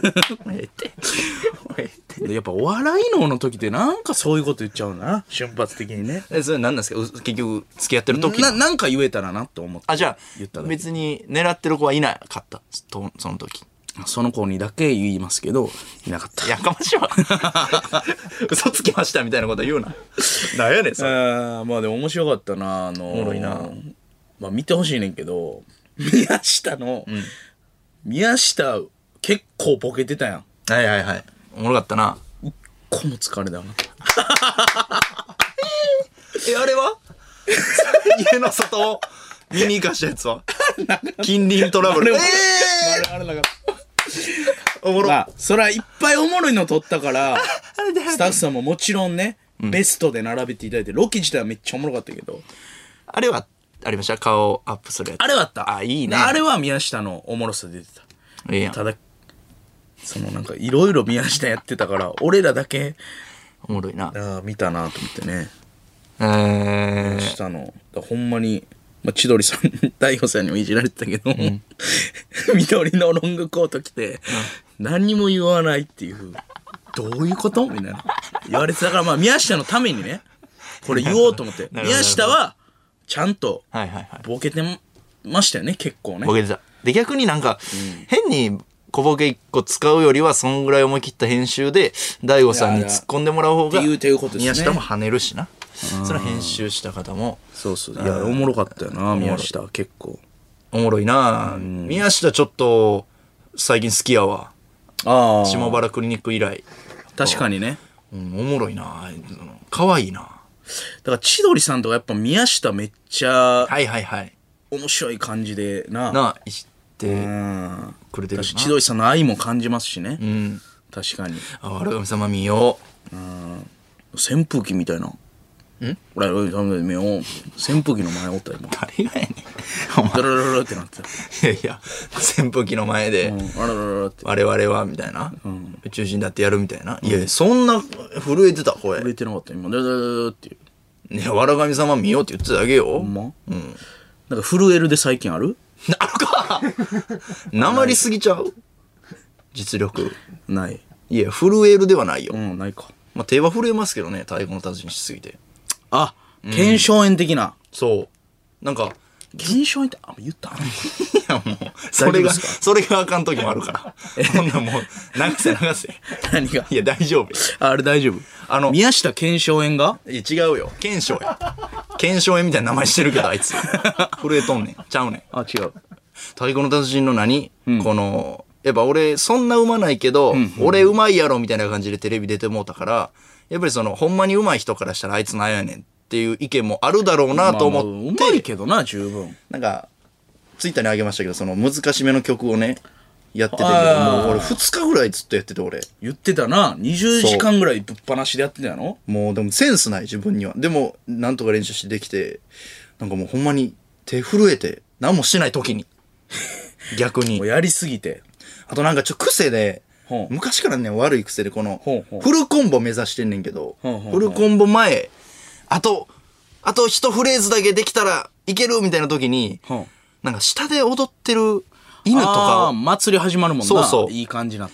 でやっぱお笑い能の時ってなんかそういうこと言っちゃうな。瞬発的にね。 それ何なんですか？結局付き合ってる時なんか言えたらなと思って。 じゃあ別に狙ってる子はいなかったその時。 その子にだけ言いますけど、いなかった。 やかましいわ。嘘つきましたみたいなこと言うな。なんやねんそれ。 まあでも面白かったな。おもろいな。 まあ見てほしいねんけど、宮下結構ボケてたやん。 はいはいはい。おもろかったな。 一個も疲れだな。 あれは家の外を見に行かしたやつは近隣トラブル。 あれなかった。おもろ。まあ、それはいっぱいおもろいの撮ったから、スタッフさんももちろんね、ベストで並べていただいて、ロケ自体はめっちゃおもろかったけど。 あれはありました？顔アップするやつ。 あれはあった。 いいね。 あれは宮下のおもろさ出てた。 いいやん。 ただ、なんかいろいろ宮下やってたから、俺らだけ、 おもろいな。 見たなと思ってね。宮下の、ほんまに、まあ、千鳥さん、大悟さんにもいじられてたけど、緑のロングコート着て、何にも言わないっていう、どういうことみたいな。言われてたから、まあ、宮下のためにね、これ言おうと思って。宮下は、ちゃんと、ボケてましたよね、結構ね。 ボケてた。で、逆になんか、変に小ボケ一個使うよりは、そんぐらい思い切った編集で、大悟さんに突っ込んでもらう方が、宮下も跳ねるしな。それは編集した方も。 そうそう。いや、おもろかったよな、宮下は結構。 おもろいな。宮下ちょっと、最近好きやわ。下原クリニック以来。 確かにね。 おもろいな。かわいいな。 だから千鳥さんとかやっぱ宮下めっちゃ面白い感じでいじってくれてるな。 千鳥さんの愛も感じますしね。確かに。 わら神様見よう。扇風機みたいな。俺扇風機の前おった今。 誰がやねん。 ダラララってなってた。 いや扇風機の前で我々はみたいな、宇宙人だってやるみたいな。いやそんな震えてた声。 震えてなかった今。ダラダラっていう。 ね、わら神様見ようって言ってただけよ。 ほんま？なんか震えるで最近ある？ あるか。なまりすぎちゃう。実力ない。 いや震えるではないよ。 ないか。 まあ手は震えますけどね、太鼓の達人しすぎて。 腱鞘炎的な。 そう。なんか、 腱鞘炎って、言ったいやもう、それがあかん時もあるから。そんなもう、流せ。 何が？ いや、大丈夫。 あれ大丈夫。宮下腱鞘炎が？ いや、違うよ。腱鞘や。腱鞘炎みたいな名前してるけど、あいつ。震えとんねん。ちゃうねん。 違う。 太鼓の達人のこの、やっぱ俺、そんなうまないけど、俺うまいやろみたいな感じでテレビ出てもうたから、やっぱりほんまにうまい人からしたらあいつなんやねんっていう意見もあるだろうなと思って。 うまいけどな、十分。 なんか、ツイッターにあげましたけど、難しめの曲をね、やってて、もう俺2日ぐらいずっとやってて俺。 言ってたな。20時間ぐらいぶっ放しでやってたやろ？ もうでもセンスない自分には。でも、なんとか練習してできて、なんかもうほんまに手震えて、何もしてない時に。逆に。 もうやりすぎて。 あとなんか癖で、昔からね、悪い癖でフルコンボ目指してんねんけど、フルコンボ前、あと一フレーズだけできたらいけるみたいな時に、なんか下で踊ってる犬とか。 祭り始まるもんな。 そう。 いい感じになったら。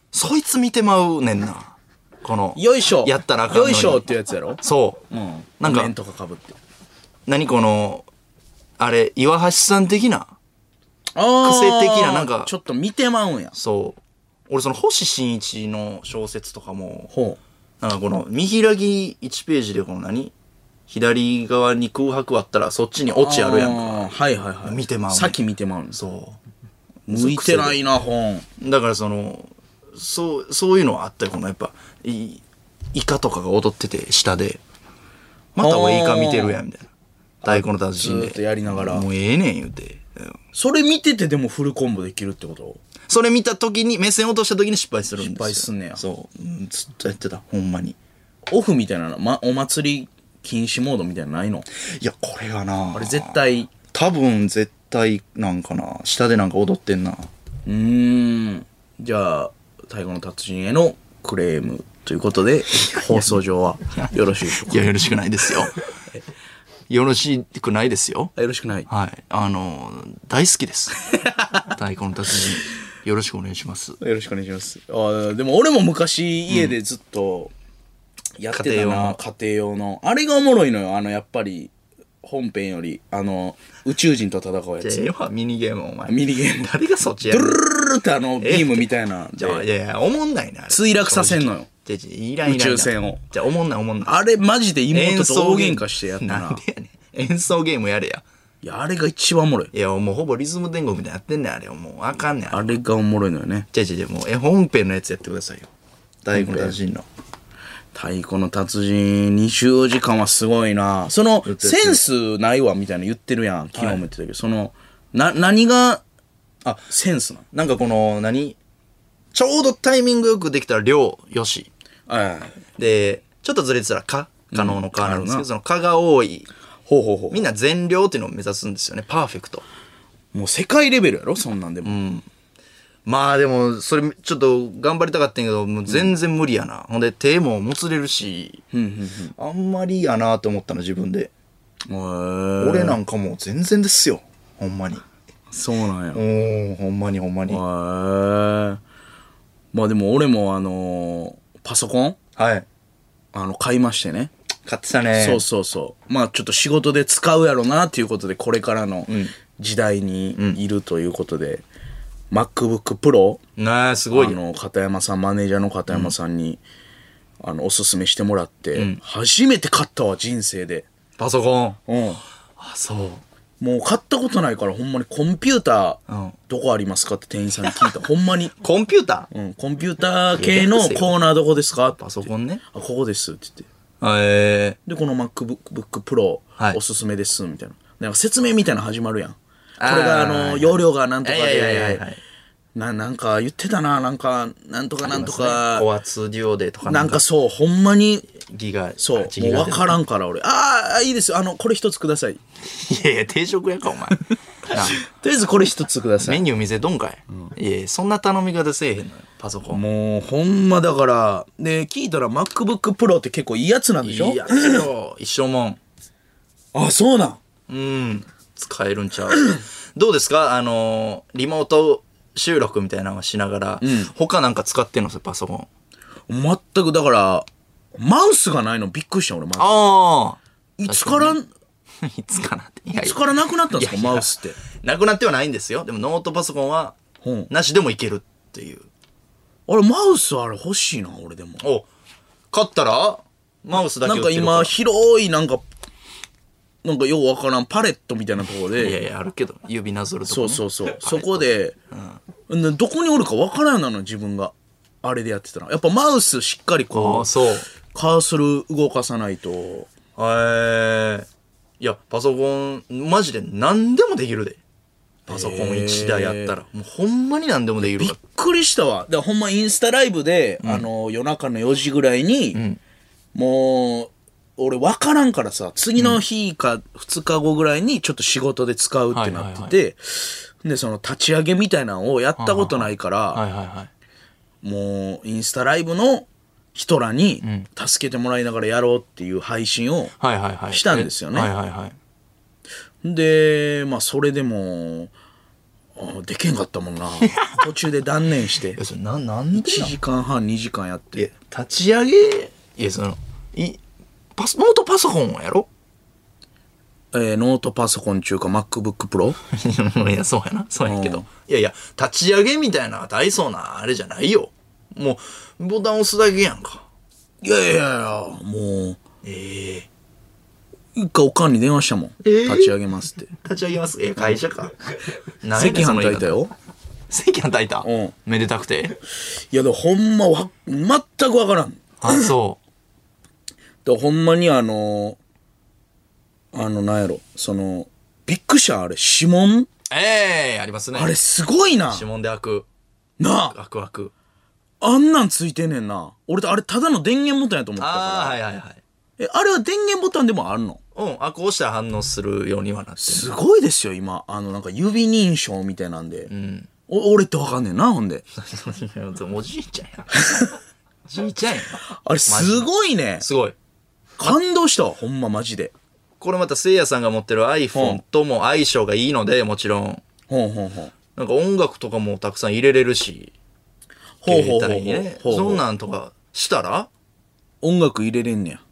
そいつ見てまうねんな。この、 よいしょ。 やったらあかんのに。 よいしょっていうやつやろ。 そう。なんか面とかかぶって。 何この、あれ、岩橋さん的なあ癖的ななんかちょっと見てまうんや。 そう。俺その星新一の小説とかも、 ほなんかこの見開き1ページでこの左側に空白あったらそっちにオチあるやんか。 はいはいはい。 見てまうねん先見てまうんです。 そ向いてないな、本。 う。だからそういうのはあったよ。このやっぱ、イカとかが踊ってて下で、また俺イカ見てるやんみたいな。太鼓の達人で。 ずっとやりながら。 もうええねん言うて。 それ見ててでもフルコンボできるってこと？ それ見た時に、目線落とした時に失敗するんですよ。 失敗すんねや。 そう。ずっとやってた。ほんまに。 オフみたいなの、お祭り禁止モードみたいなのないの？ いや、これがなあれ絶対。 多分絶対なんかな。下でなんか踊ってんな。 じゃあ、太鼓の達人へのクレームということで、放送上はよろしいでしょうか？ いや、よろしくないですよ。よろしくないですよ。 よろしくない。 はい。大好きです。太鼓の達人。よろしくお願いします。 よろしくお願いします。でも俺も昔家でずっとやってたな、家庭用の。あれがおもろいのよ。やっぱり本編より、宇宙人と戦うやつ。 ミニゲームお前。 ミニゲーム。 誰がそっちやるドゥルルルルってビームみたいな。 いやいや、おもんないな。 墜落させんのよ。 いらん宇宙船を。 じゃあ、おもんない。 あれマジで妹と大喧嘩してやったな。 なんでやねん。演奏ゲームやれや。 いや、あれが一番おもろい。 いや、もうほぼリズム天国みたいになってんねん、あれ。もうあかんねん。 あれがおもろいのよね。 もう、本編のやつやってくださいよ。太鼓の達人の。 太鼓の達人20時間はすごいな。センスないわみたいな言ってるやん。昨日も言ってたけど、何が、センスなの？ なんかこの、ちょうどタイミングよくできたら量よし。で、ちょっとずれてたら可能の可なんですけど、その可が多い。みんな全量っていうのを目指すんですよね。パーフェクト。 もう世界レベルやろそんなんでも。 まあでも、それちょっと頑張りたかったんやけど、もう全然無理やな。ほんで手ももつれるし、あんまりやなと思ったの自分で。俺なんかもう全然ですよ。ほんまに。 そうなんや。 ほんまにほんまに。 まあでも俺もパソコン買いましてね。 買ってたね。 そうまあちょっと仕事で使うやろなっていうことでこれからの時代にいるということで、MacBook Pro すごい片山さん、マネージャーの片山さんに、おすすめしてもらって、初めて買ったわ人生でパソコン。そう。 もう買ったことないからほんまにコンピューターどこありますかって店員さんに聞いた。ほんまに。 コンピューター？コンピューター系のコーナーどこですか？ パソコンね。 ここですって言って。で、この MacBook Pro おすすめですみたいな。なんか説明みたいなの始まるやん。これが容量がなんとかで、なんか言ってたな、なんとかなんとか。 高圧デュオでとかなんかそう、ほんまに。 ギガ。 そう、もう分からんから俺。いいです。これ一つください。 いやいや、定食屋か、お前。 とりあえずこれ一つください。 メニュー見せどんかい。いやそんな頼み方せえへんのよ、パソコン。 もう、ほんまだから、で、聞いたら MacBook Pro って結構いいやつなんでしょ？ いいやつよ。一生もん。 そうなん。 使えるんちゃう。どうですかリモート収録みたいなのをしながら、他なんか使ってんのパソコン。 全く、だから、マウスがないのびっくりした俺、まず。いつからなくなったんですか、マウスって。 なくなってはないんですよ。でもノートパソコンは、なしでもいけるっていう。 マウス欲しいな、俺でも。 買ったらマウスだけ売ってるから。 なんか今、広い、なんかようわからんパレットみたいなところで。 いやいや、あるけど、指なぞるとこ、ね。 そう。そこで、どこにおるかわからんようなの、自分が。あれでやってたら。やっぱマウスしっかりこう、カーソル動かさないと。 いや、パソコン、マジで何でもできるで。パソコン1台やったら。もうほんまに何でもできる。 びっくりしたわ。ほんまインスタライブで、夜中の4時ぐらいに、もう、俺分からんからさ、次の日か2日後ぐらいにちょっと仕事で使うってなってて、で、その立ち上げみたいなのをやったことないから、もうインスタライブの人らに助けてもらいながらやろうっていう配信をしたんですよね。で、まあそれでも、 でけんかったもんな。途中で断念して。 それなんで 1時間半、2時間やって。 立ち上げ、ノートパソコンやろノートパソコン中か MacBook Pro? いや、そうやな。そうやけど。いや、立ち上げみたいな大層なあれじゃないよ。もう、ボタン押すだけやんか。 いや、もう。一回おかんに電話したもん。立ち上げますって。 立ち上げます。会社か。 赤飯炊いたよ。 赤飯炊いたうん。 めでたくて。 いや、でもほんま全くわからん。 そう。 でほんまになんやろ、びっくりした、あれ、指紋ありますね。 あれすごいな。 指紋で開く。 なあ。 開く。 あんなんついてんねんな。俺、あれただの電源ボタンやと思ったから。 はい。 あれは電源ボタンでもあるの？ こうしたら反応するようにはなってる。 すごいですよ、今。なんか指認証みたいなんで。俺ってわかんねんな、ほんで。 おじいちゃんや。おじいちゃんや。 あれすごいね。 すごい。 感動したわ、ほんまマジで。 これまたせいやさんが持ってる iPhone とも相性がいいので、もちろん。なんか音楽とかもたくさん入れれるし。携帯にね。そんなんとかしたら音楽入れれんねや。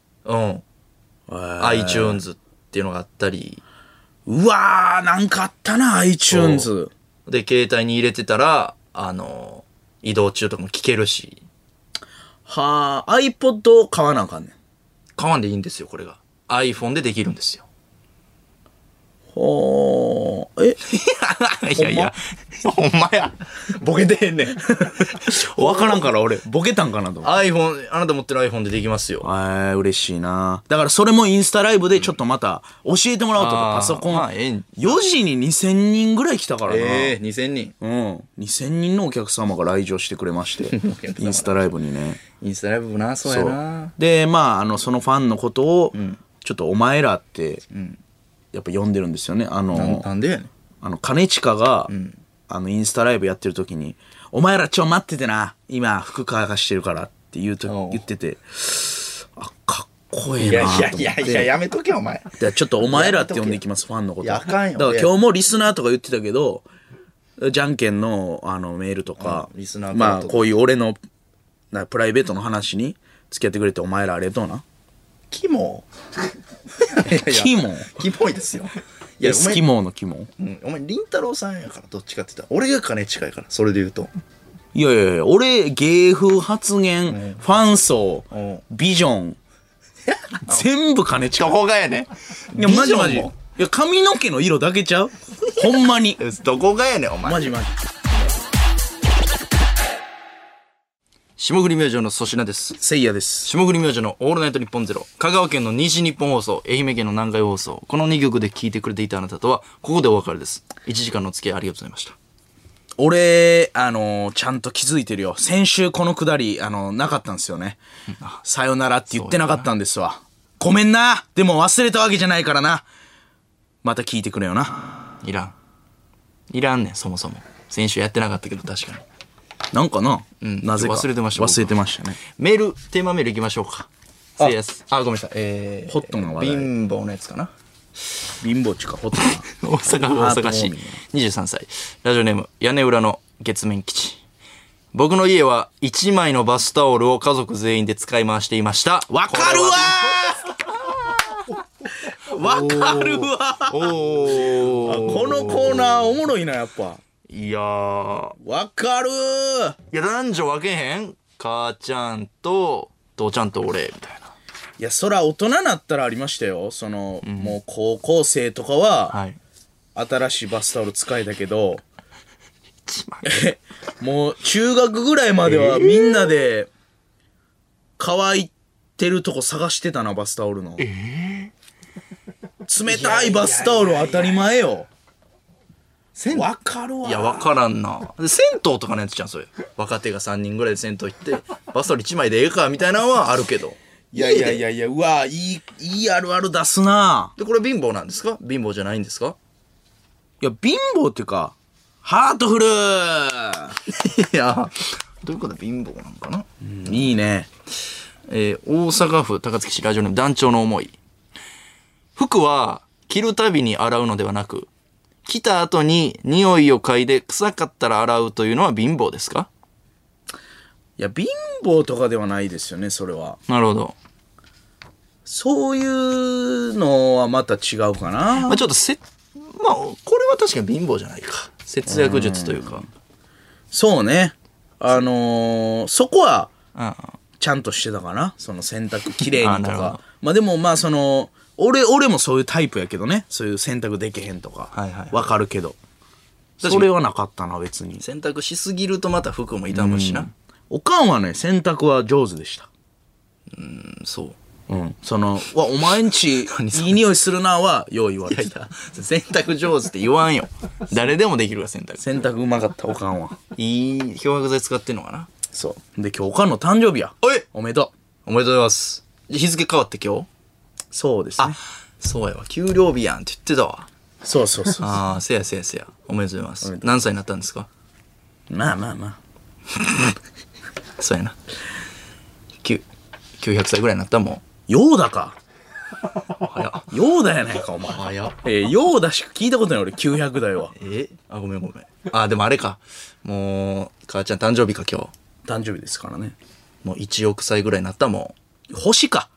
iTunes っていうのがあったり。 うわー、なんかあったな、iTunes。 で、携帯に入れてたら、移動中とかも聞けるし。 はー、iPod を買わなあかんねん。 買わんでいいんですよ、これが。iPhone でできるんですよ。 ほー、 いや、ほんまや。ボケてへんねん。 わからんから俺、ボケたんかなと思って。 iPhone、あなた持ってる iPhone でできますよ。 嬉しいな。だからそれもインスタライブでちょっとまた教えてもらおうとか、パソコン。4時に2000人ぐらい来たからな。 2000人。 2000人のお客様が来場してくれまして。インスタライブにね。 インスタライブな、そうやな。 で、そのファンのことを、ちょっとお前らって、やっぱ呼んでるんですよね。 なんでやねん。 兼近が、インスタライブやってる時に、お前ら待っててな、今服乾かしてるからって言ってて、かっこええなと思って。 いや、やめとけお前。 ちょっとお前らって呼んでいきます、ファンのこと。 あかんよ。 だから今日もリスナーとか言ってたけど、じゃんけんのメールとか、 リスナーこういう俺のプライベートの話に付き合ってくれてお前らありがとうな。 キモキモキモいですよ。 エスキモーのキモ。 お前、りんたろーさんやから、どっちかって言ったら。俺が金近いから、それで言うと。 いや、俺、芸風発言、ファン層、ビジョン、全部金近い。 どこがやねん。いや、マジ。いや、髪の毛の色だけちゃうほんまに。 どこがやねん、お前。 マジ。 霜降り明星の粗品です。 せいやです。 霜降り明星のオールナイトニッポンゼロ。香川県の西日本放送、愛媛県の南海放送。この2曲で聴いてくれていたあなたとは、ここでお別れです。1時間のお付き合いありがとうございました。 俺、ちゃんと気づいてるよ。先週このくだり、なかったんですよね。さよならって言ってなかったんですわ。ごめんな。でも忘れたわけじゃないからな。また聞いてくれよな。 いらんねん、そもそも。先週やってなかったけど、確かに。 なんかな、なぜか忘れてましたね。 テーマメールいきましょうか。せいやす。ごめんなさい。 ホットの話題。 貧乏のやつかな。 貧乏ちか、ホットな。 大阪市、23歳。ラジオネーム、屋根裏の月面基地。僕の家は1枚のバスタオルを家族全員で使い回していました。 わかるわーわかるわーこのコーナーおもろいな、やっぱ。 いやー。 わかるー。 いや、男女分けへん？母ちゃんと、父ちゃんと俺、みたいな。 いや、そら大人なったらありましたよ。もう高校生とかは、新しいバスタオル使いだけど、もう中学ぐらいまではみんなで、乾いてるとこ探してたな、バスタオルの。冷たいバスタオルは当たり前よ。わかるわ。 いや、わからんな。銭湯とかのやつじゃん、それ。若手が3人ぐらいで銭湯行って、バスタオル1枚でええか、みたいなのはあるけど。 いや、うわ、いいあるある出すな。 で、これ貧乏なんですか？貧乏じゃないんですか？ いや、貧乏っていうか、ハートフルいや、どういうこと貧乏なんかな？ いいね。 大阪府高槻市ラジオネーム団長の思い。服は着るたびに洗うのではなく、 来た後に匂いを嗅いで臭かったら洗うというのは貧乏ですか？ いや、貧乏とかではないですよね、それは。 なるほど。 そういうのはまた違うかな。 まあちょっとまあ、これは確かに貧乏じゃないか。節約術というか。 そうね。そこは、 うん。 ちゃんとしてたかな。その洗濯きれいにとなるほどか。まあでもまあ俺もそういうタイプやけどね。そういう洗濯できへんとか。 はいはいはいわかるけど。 かにそれはなかったな、別に。 洗濯しすぎるとまた服も傷むしな。 おかんはね、洗濯は上手でした。 そう。 うん。お前んち、いい匂いするなは、よう言われてた。 洗濯上手って言わんよ。誰でもできるわ、洗濯。 洗濯うまかった、おかんは。 いい漂白剤使ってんのかな。 そう。で、今日おかんの誕生日や。おめでとう。 おめでとうございます。日付変わって今日？ そうですね。 そうやわ。給料日やんって言ってたわ。 そうそうそう。 ああ、せや。おめでとうございます。何歳になったんですか？ まあまあまあ。 そうやな。900歳ぐらいになったもヨーダか。 ん。早っ。 ヨーダやないか、お前。 早っ。 ヨーダしか聞いたことない、俺、900代は。 あ、ごめん。あ、でもあれか。もう、母ちゃん誕生日か今日。 誕生日ですからね。 もう1億歳ぐらいになったもん。 星か。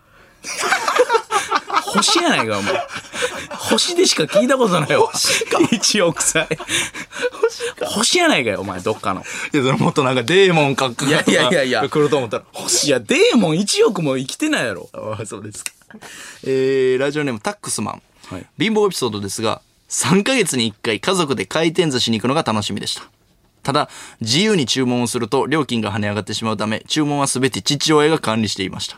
星やないか、お前。星でしか聞いたことないわ。1億歳。星やないかよ、お前、どっかの。 いや、そのもっとなんかデーモンかっこいや来ると思ったら。 いや、デーモン1億も生きてないやろ。 ああ、そうですか。ラジオネームタックスマン。 はい貧乏エピソードですが、3ヶ月に1回家族で回転寿司に行くのが楽しみでした。ただ、自由に注文をすると料金が跳ね上がってしまうため、注文はすべて父親が管理していました。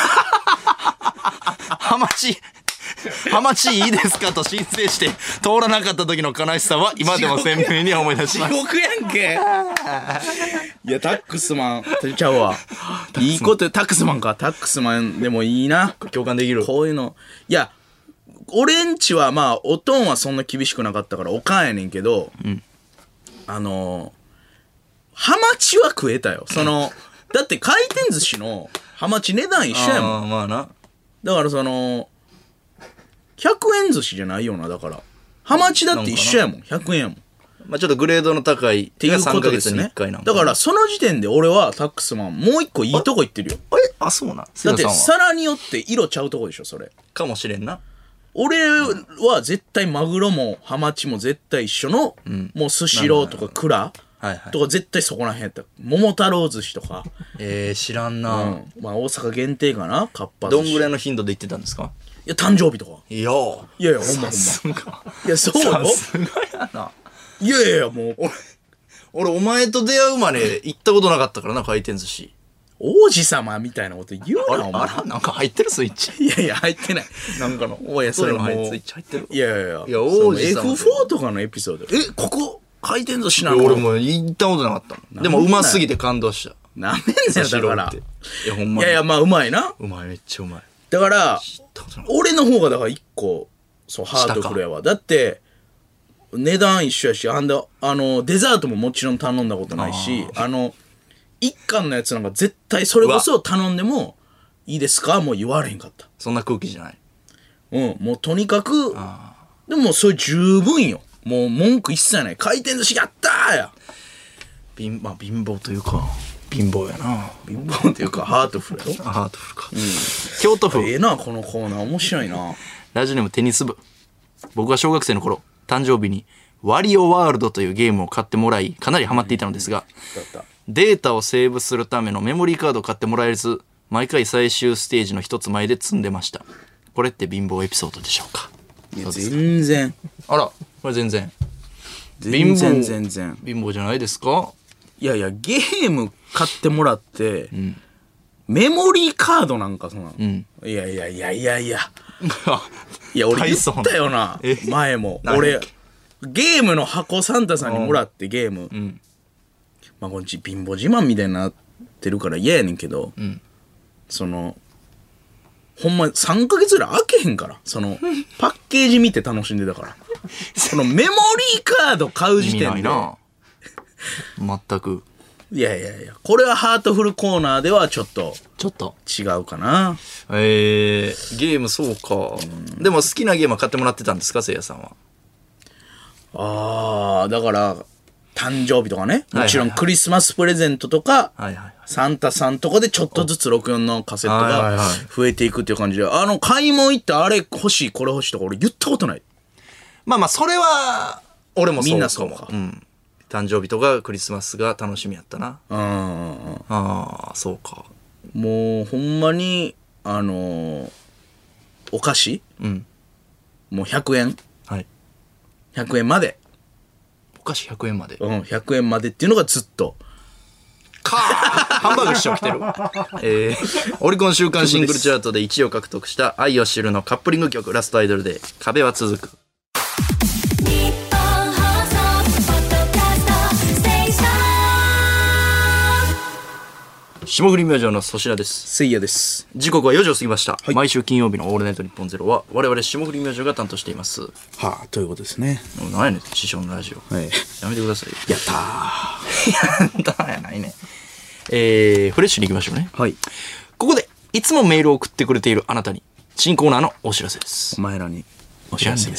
ハマチいいですかと申請して通らなかった時の悲しさは今でも鮮明に思い出します。 地獄やんけ。いや、タックスマン、ちゃうわ。いいこと、タックスマンか。タックスマンでもいいな。 共感できる。 こういうの。いや、俺んちはまあ、おとんはそんな厳しくなかったから、おかんやねんけど、ハマチは食えたよ。だって回転寿司のハマチ値段一緒やもん。 まあな。 だから100円寿司じゃないよな、だから。ハマチだって一緒やもん。100円やもん。 まあちょっとグレードの高いっていうことですね。だからその時点で俺はタックスマンもう一個いいとこ行ってるよ。 あ、そうなん。 だって皿によって色ちゃうとこでしょ、それ。 かもしれんな。 俺は絶対マグロもハマチも絶対一緒の、もうスシローとかクラとか絶対そこらへんやった。桃太郎寿司とか。 知らんな。 まあ大阪限定かな、かっぱ寿司。 どんぐらいの頻度で行ってたんですか？ いや、誕生日とか。 いやほんま。いや、そうよ。 さすがやな。 いや、もう。 俺、お前と出会うまで行ったことなかったからな、回転寿司。 王子様みたいなこと言うな、お前。 あら、なんか入ってるスイッチ。 いや、入ってない。 なんかの。 おいや、それもう。 スイッチ入ってる。 いや、 王子様。 F4 とかのエピソード。ここ、回転寿司なの？ 俺も行ったことなかったもん。でも、うますぎて感動した。 なめんなよ、だから。 いや、ほんまに。 いや、まあ、うまいな。 うまい、めっちゃうまい。 だから、俺の方がだから一個、そう、ハートフルやわ。だって、値段一緒やし、デザートももちろん頼んだことないし、一貫のやつなんか絶対それこそ頼んでも、いいですかもう言われへんかった。 そんな空気じゃない。 もうとにかく、でもそれ十分よ。もう文句一切ない。回転寿司やったーや。 まあ、貧乏というか、貧乏やな。 貧乏っていうか、ハートフルやろ。 ハートフルか。京都府。 な、このコーナー。面白いな。 ラジオネームテニス部。僕が小学生の頃、誕生日に、ワリオワールドというゲームを買ってもらい、かなりハマっていたのですが、データをセーブするためのメモリーカードを買ってもらえず、毎回最終ステージの一つ前で積んでました。これって貧乏エピソードでしょうか？ いや、全然。 あら、これ全然。 全然。 貧乏じゃないですか？ いや、ゲーム買ってもらって、メモリーカードなんかそんなの。いや。いや、俺言ったよな。前も。俺、ゲームの箱サンタさんにもらってゲーム。まあ、こっち貧乏自慢みたいになってるから嫌やねんけど、ほんま3ヶ月ぐらい開けへんから。パッケージ見て楽しんでたから。メモリーカード買う時点で。 全く。 いや。これはハートフルコーナーではちょっと違うかな。 ゲームそうか。でも好きなゲームは買ってもらってたんですか、せいやさんは。 だから誕生日とかね、もちろんクリスマスプレゼントとか、サンタさんとかでちょっとずつ64のカセットが増えていくっていう感じで、買い物行ってあれ欲しいこれ欲しいとか俺言ったことない。 まあまあそれは俺もそうかも。 みんなそうか。 誕生日とかクリスマスが楽しみやったな。ああそうか。 もうほんまにお菓子、もう100円、100円まで、 お菓子100円まで、 100円までっていうのがずっとハンバーグ師匠来てる。オリコン週間シングルチャートで1位を獲得した愛を知るのカップリング曲ラストアイドルで壁は続く。霜降り明星の粗品です。 せいやです。 時刻は4時を過ぎました、毎週金曜日のオールナイトニッポンゼロは我々霜降り明星が担当しています。 ということですね。 何やねん師匠のラジオ、やめてください。 やったーやったーやないね。フレッシュに行きましょうね。ここでいつもメールを送ってくれているあなたに新コーナーのお知らせです。 お前らにお知らせです。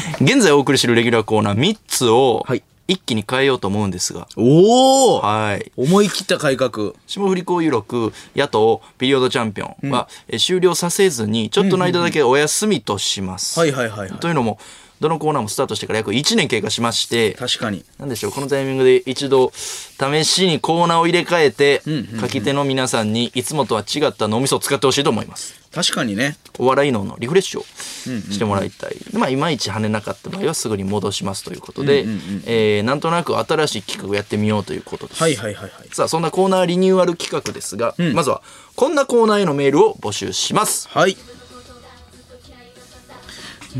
現在お送りしているレギュラーコーナー3つを一気に変えようと思うんですが、 思い切った改革。 霜降り交友録野党ピリオドチャンピオンは、終了させずにちょっとの間だけお休みとします。というのもどのコーナーもスタートしてから約1年経過しまして、 確かになんでしょう、このタイミングで一度試しにコーナーを入れ替えて、書き手の皆さんにいつもとは違った脳みそを使ってほしいと思います。 確かにね、 お笑い脳のリフレッシュをしてもらいたい。いまいち跳ねなかった場合はすぐに戻しますということで、なんとなく新しい企画をやってみようということです。さあそんなコーナーリニューアル企画ですが、まずはこんなコーナーへのメールを募集します。 の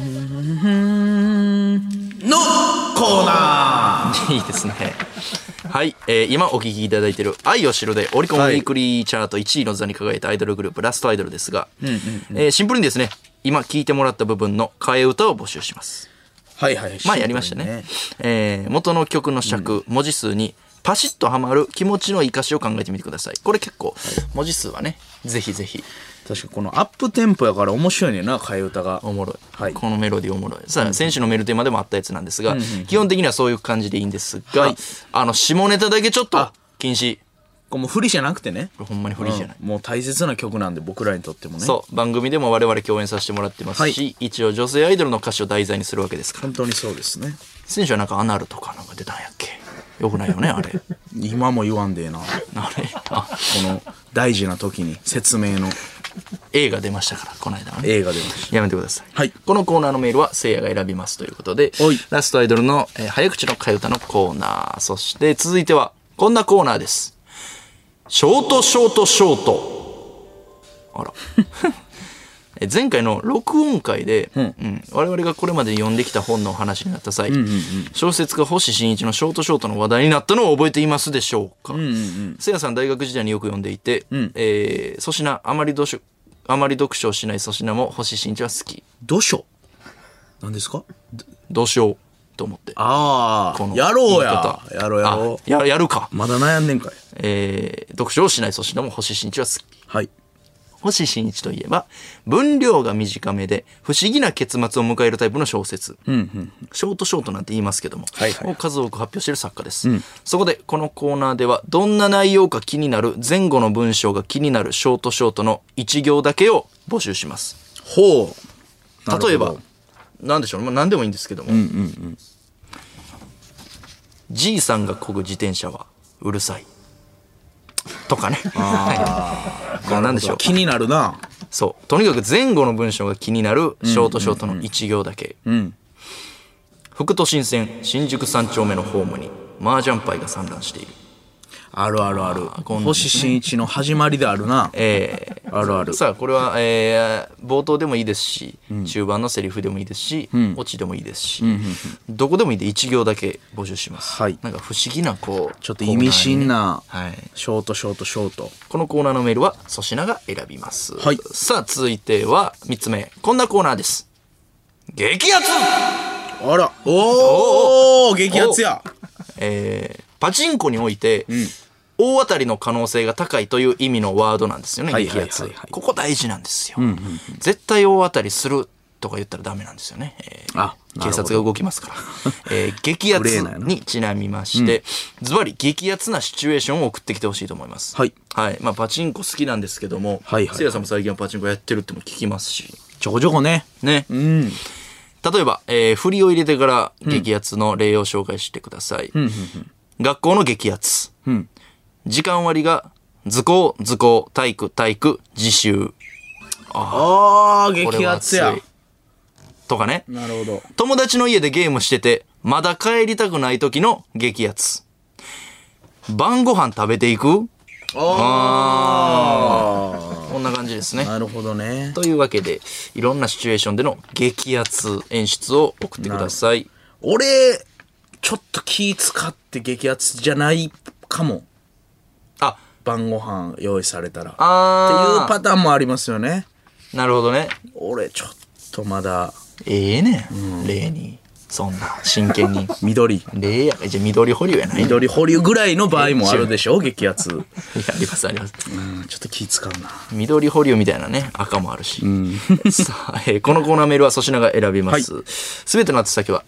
コーナーいいですね。今お聞きいただいている愛を知るでオリコンウィークリーチャート1位の座に輝いたアイドルグループラストアイドルですが、シンプルにですね、今聞いてもらった部分の替え歌を募集します。前やりましたね。元の曲の尺、文字数にパシッとはまる気持ちのいい歌詞を考えてみてください。これ結構文字数はね、ぜひぜひ。 確かにこのアップテンポやから面白いねんな、替え歌が。 おもろい、このメロディーおもろい。さあ、選手のメールテーマでもあったやつなんですが、基本的にはそういう感じでいいんですが、下ネタだけちょっと禁止。 これもう不利じゃなくてね、 ほんまに不利じゃない、 もう大切な曲なんで、僕らにとってもね。 そう、番組でも我々共演させてもらってますし、一応女性アイドルの歌詞を題材にするわけですから。 本当にそうですね。 選手はなんかアナルとかなんか出たんやっけ。よくないよねあれ。 今も言わんでえな、 あれこの大事な時に説明の映画出ましたから、この間はね。 映画出ました。 やめてください。このコーナーのメールはせいやが選びますということで、ラストアイドルの、早口の替え歌のコーナー、そして続いてはこんなコーナーです。ショートショートショート。あら前回の録音会で、我々がこれまで読んできた本の話になった際、小説家星新一のショートショートの話題になったのを覚えていますでしょうか。せいやさん大学時代によく読んでいて、粗品あまり読書をしない粗品も星新一は好き。 読書何ですか。 どうしようと思って。 やろうや。やろう。 やるか。 まだ悩んでんかい。 読書をしない粗品も星新一は好き。 はい。 星新一といえば分量が短めで不思議な結末を迎えるタイプの小説、ショートショートなんて言いますけども、を数多く発表している作家です、そこでこのコーナーではどんな内容か気になる前後の文章が気になるショートショートの1行だけを募集します。例えば何でしょう、何でもいいんですけども、じいさんが漕ぐ自転車はうるさいとかね。なんでしょう、 気になるな。 そうとにかく前後の文章が気になるショートショートの1行だけ。副都心線新宿3丁目のホームに麻雀牌が散乱している。 あるあるある。星新一の始まりであるな。あるある。 さあこれは、冒頭でもいいですし、中盤のセリフでもいいですし、オチでもいいですし、どこでもいいんで1行だけ募集します。なんか不思議なこうちょっと意味深なショートショートショート。 このコーナーのメールは粗品が選びます。さあ続いては3つ目、こんなコーナーです。激アツ。 あら、おお激アツや。 パチンコにおいて、大当たりの可能性が高いという意味のワードなんですよね、激アツ。ここ大事なんですよ。絶対大当たりするとか言ったらダメなんですよね。 警察が動きますから。激アツにちなみまして、ズバリ激アツなシチュエーションを送ってきてほしいと思います。 はい。 はい。まあパチンコ好きなんですけども、せいやさんも最近はパチンコやってるっても聞きますし。 ちょこちょこね。 ね。例えば、振りを入れてから激アツの例を紹介してください。学校の激アツ。時間割が図工、体育、自習。 ああ、激アツや。 とかね。 なるほど。 友達の家でゲームしてて、まだ帰りたくない時の激アツ。晩ご飯食べていく？こんな感じですね。 なるほどね。 というわけで、いろんなシチュエーションでの激アツ演出を送ってください。 俺、ちょっと気使って激アツじゃないかも。 あ、 晩ご飯用意されたら。っていうパパターンもありますよね。 なるほどね。 俺、ちょっとまだ。 ねん。例に。そんな、真剣に。 緑。 例や。じゃあ緑保留やない。 緑保留ぐらいの場合もあるでしょ、激アツ。 ありますあります。 ちょっと気使うな。 緑保留みたいなね、赤もあるし。さあ、このコーナーメールは粗品が選びます。すべての宛先は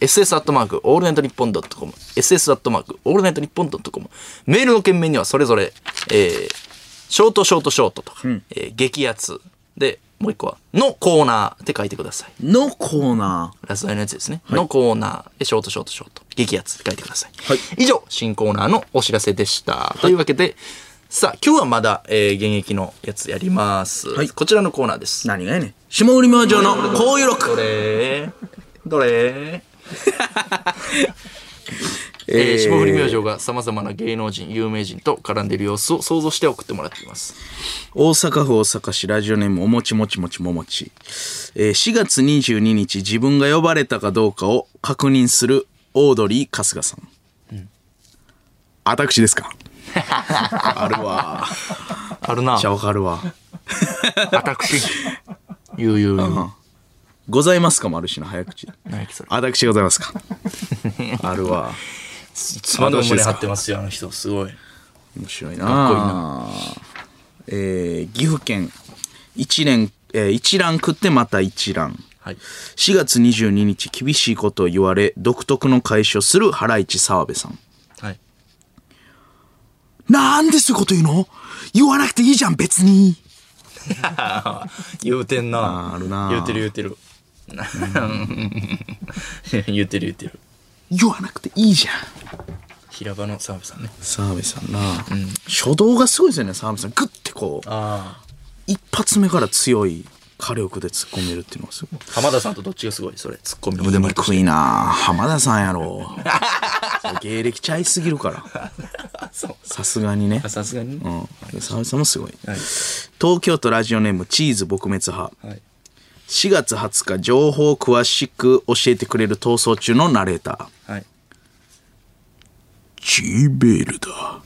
ss@allnightnippon.com、ss@allnightnippon.com。メールの件名にはそれぞれ、ショートとか、激アツで、もう一個は、のコーナーって書いてください。 のコーナラストアイのやつですね。のコーナーで、ショート、激アツって書いてください。 はい。 以上、新コーナーのお知らせでした。というわけで、さあ、今日はまだ、現役のやつやります。はい。こちらのコーナーです。 何がやねん。霜降り明星の交友録。 どれ霜降り明星が様々な芸能人、有名人と絡んでいる様子を想像して送ってもらっています。 大阪府大阪市ラジオネームおもちもちもちももち。4月22日自分が呼ばれたかどうかを確認するオードリー春日さん。私ですか？あるわ。 あるな。 じゃあわかるわ。 私。言う。 ございますかもあるしな、早口で。私ございますか。あるわ。 いつまでも胸張ってますよ、あの人。すごい。 面白いな。 かっこいいな。 岐阜県一蘭食ってまた一蘭。 はい、 4月22日厳しいことを言われ独特の返しをするハライチ澤部さん。 はい、 なんでそういうこと言うの？言わなくていいじゃん別に。 言うてんな。 あるな。 言うてる。言うてる。 言わなくていいじゃん。 平場の澤部さんね。 澤部さんな、初動がすごいですよね。澤部さんグッてこう一発目から強い火力で突っ込めるっていうのがすごい。 浜田さんとどっちがすごい？それ突っ込みの腕前として。言いにくいな。浜田さんやろ。芸歴ちゃいすぎるから。さすがにね。 さすがにね。 澤部さんもすごい、 はい、 東京都ラジオネームチーズ撲滅派、 はい、 4月20日情報を詳しく教えてくれる逃走中のナレーター。 はい、 G メールだ。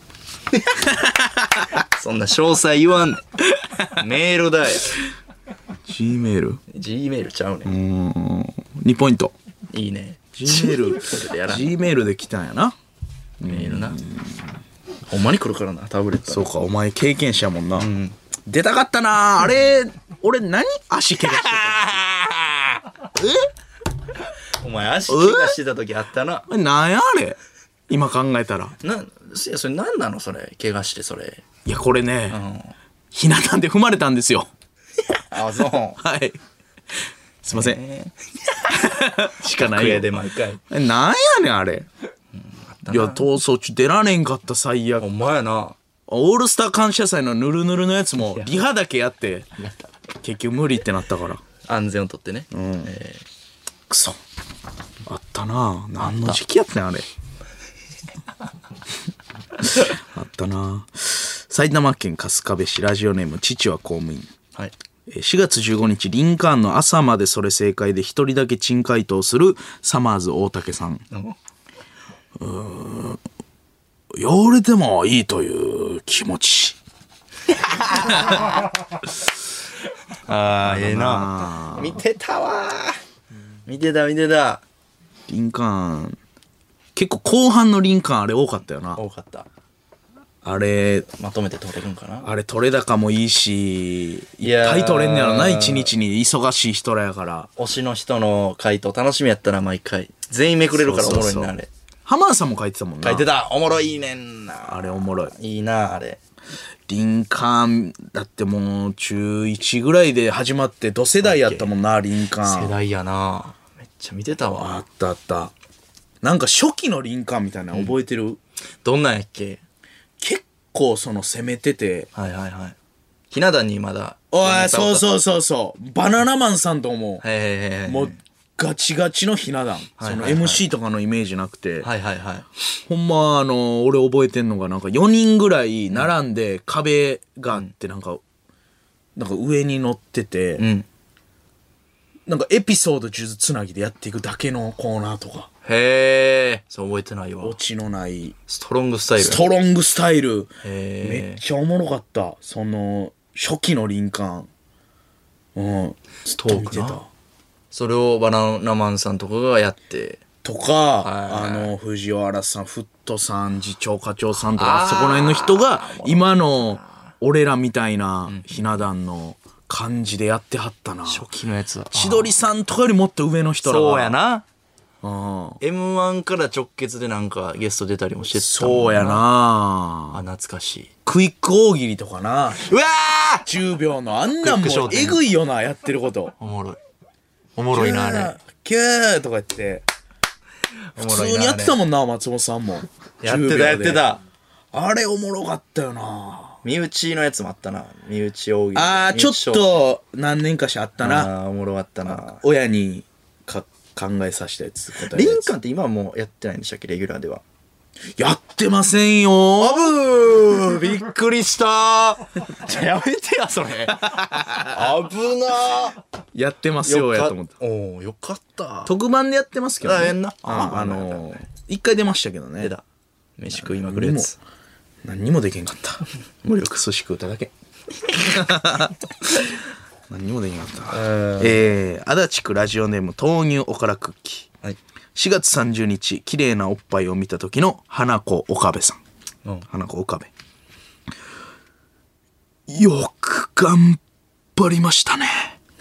そんな詳細言わんねん。メールだよ。 G メール G メールちゃうねん。2ポイント。 いいね。 G メールG メールで来たんやな。 メールな。ほんまに来るからな、タブレット。 そうか、お前経験者やもんな。出たかったな。あれ俺何足怪我してた？お前足怪我してた時あったな。 なんやあれ今考えたら。 それ何なのそれ。怪我してそれ。 いやこれね、ひな壇で踏まれたんですよ。 あ、そう。 はい。すいません。しかないよ。 で毎回。 なんやねんあれ。いや逃走中出られんかった最悪。 ほんまやな。 オールスター感謝祭のヌルヌルのやつもリハだけやって結局無理ってなったから。 安全をとってね。 くそ。あったな。何の時期やったんあれ。あったな。埼玉県春日部市ラジオネーム父は公務員。 はい。 4月15日リンカーンの朝までそれ正解で一人だけ珍回答するサマーズ大竹さん。汚れてもいいという気持ち。 ああ、ええな。見てたわ。見てた。 リンカーン結構後半のリンカーンあれ多かったよな。 多かった。 あれまとめて取れるんかな。 あれ取れ高もいいし、いっやーぱい取れんねやろな、一日に忙しい人らやから。 推しの人の回答楽しみやったら毎回。全員めくれるからおもろいな、あれ。 浜田さんも書いてたもんな。 書いてた。おもろいねんな。 あれおもろい。 いいな、あれ。 リンカーン、だってもう中1ぐらいで始まって同世代やったもんな、リンカーン。 世代やな。めっちゃ見てたあわ。 ったあった。なんか初期のリンカーンみたいなの覚えてる？ どんなんやっけ？ 結構その攻めてて。 はいはいはい。ひな壇にまだ。 おい、そうそうそうそう。バナナマンさんとも、 はいはいはいはい。 もうガチガチのひな壇。その MC とかのイメージなくて。 はいはいはい。 ほんま俺覚えてんのがなんか4人ぐらい並んで壁があってなんか上に乗ってて、 うん。 なんかエピソード数珠つなぎでやっていくだけのコーナーとか。 へえ。そう覚えてないわオ。チのないストロングスタイル。 ストロングスタイル。 へめっちゃおもろかった。その初期のリンカーン。うん。 ストークな。それをバナナマンさんとかがやって。 とか、藤原さん、フットさん、次長課長さんとか、そこら辺の人が、今の俺らみたいなひな壇の感じでやってはったな。 初期のやつは。 千鳥さんとかよりもっと上の人らが。 そうやな。 うん。 M1 から直結でなんかゲスト出たりもしてたもんな。 そうやな。 あ、懐かしい。 クイック大喜利とかな。 うわー 10秒のあんなんもクイック笑点えぐいよな、やってること。 おもろい。おもろいな、あれ。 キューとか言って。普通にやってたもんな、松本さんも。 やってたやってた。 あれおもろかったよな。 身内のやつもあったな。身内大喜利。 あー、ちょっと何年かしあったな。 あー、おもろかったな。 親に考えさせたやつ、答えリたやつンカーンって今はもうやってないんでしたっけ、レギュラーでは。 やってませんよあぶーびっくりしたじゃやめてや、それ。危なーやってますよ、やと思った。 おー、よかった。 特番でやってますけどね。 あやんな一回出ましたけどね。 出た。飯食いまくるやつ。 何にもできんかった。無力寿司食うただけ。何にもできんかった。足立区ラジオネーム豆乳おからクッキー。 はい。 4月30日、綺麗なおっぱいを見た時の花子岡部さん。 うん花子岡部。よく頑張りましたね。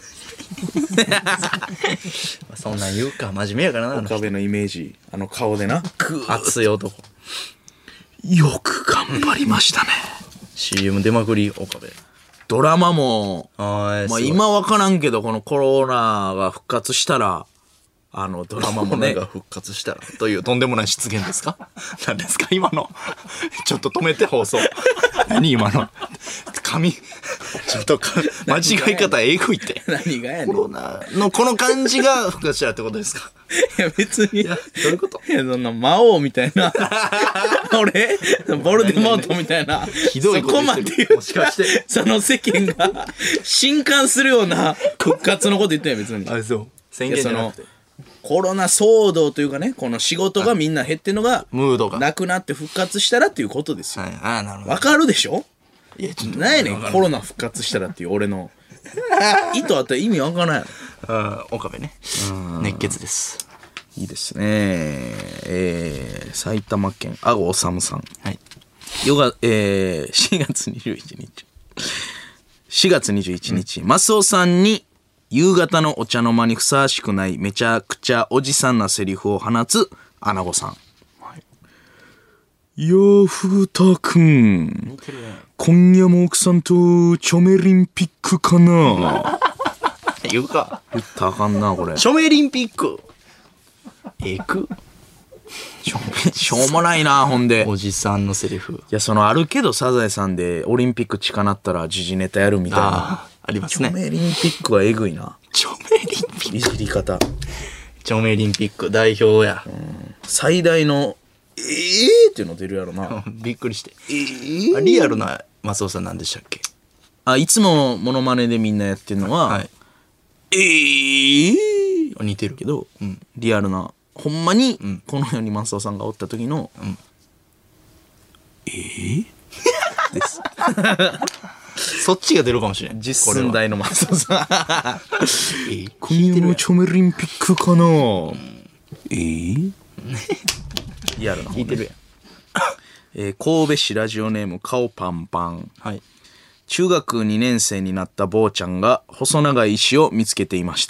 そんなん言うか、真面目やからな。 岡部のイメージ、顔でな。 熱い男。 よく頑張りましたね。 CM 出まくり、岡部。 ドラマも、 ままあ今わからんけど、このコロナが復活したら、ドラマもね。 が復活したらというとんでもない失言ですか何ですか今の。ちょっと止めて放送。何今の。髪。ちょっと間違い方えぐいって。 何がやねん。 コロナのこの感じが復活したらってことですかいや別に。 どういうこといや、そんな魔王みたいな。俺ボルデモートみたいな。 ひどいこと言ってるそこまで言う。 もしかしてその世間が震撼するような復活のこと言ってない別に。 あ、そう。宣言じゃなくて。 コロナ騒動というかね、この仕事がみんな減ってんのが、 ムードが。 なくなって復活したらっていうことですよ。 はい、あ、なるほど。 わかるでしょ？ いや、ちょっと。 なんやねん、コロナ復活したらっていう俺の。意図あったら意味わからんやろ。 岡部ね。熱血です。 いいですね。埼玉県、あごおさむさん。 はい。 4月21日。4月21日、マスオさんに夕方のお茶の間にふさわしくないめちゃくちゃおじさんなセリフを放つアナゴさん。いやー、ふうたくん。今夜も奥さんとチョメリンピックかな言うか。 言ったらあかんな、これ。 ショメリンピック。 しょうもないな、ほんで。 おじさんのセリフ。 いや、あるけど、サザエさんでオリンピック近なったら時事ネタやるみたいな。 ありますチョね。 メリンピックはえぐいな。 チョメリンピック。 いじり方。 チョメリンピック代表や。 最大の、っていうの出るやろな。 びっくりして。あリアルなマスオさんなんでしたっけ？ いつもモノマネでみんなやってるのは、 はい。似てるけど、リアルな、ほんまに、この世にマスオさんがおった時の、です。 そっちが出るかもしれん。 実寸大のマスオさん。 今夜もチョメリンピックかなリアルな方ね。 聞いてるやん。 神戸市ラジオネーム顔パンパン。 はい。 中学2年生になった坊ちゃんが細長い石を見つけていました。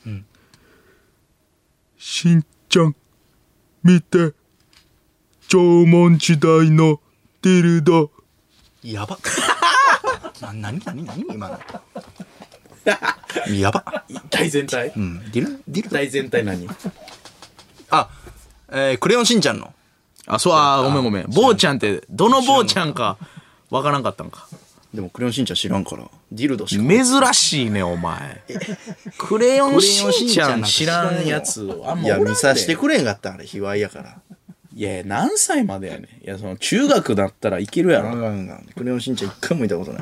しんちゃん、見て。縄文時代のディルド。 やば。何今の。やば。 大全体ディル大全体何？ あ、クレヨンしんちゃんの。 あ、そう、ごめん。坊ちゃんって、どの坊ちゃんか、わからんかったんか。 でもクレヨンしんちゃん知らんから。ディルドしか。 珍しいね、お前。クレヨンしんちゃん知らんやつ、あんまおらんで。 いや、見さしてくれんかったあれ、卑猥やから。 いや、何歳までやねん。いや、その、中学だったらいけるやろ。 クレヨンしんちゃん一回も見たことない。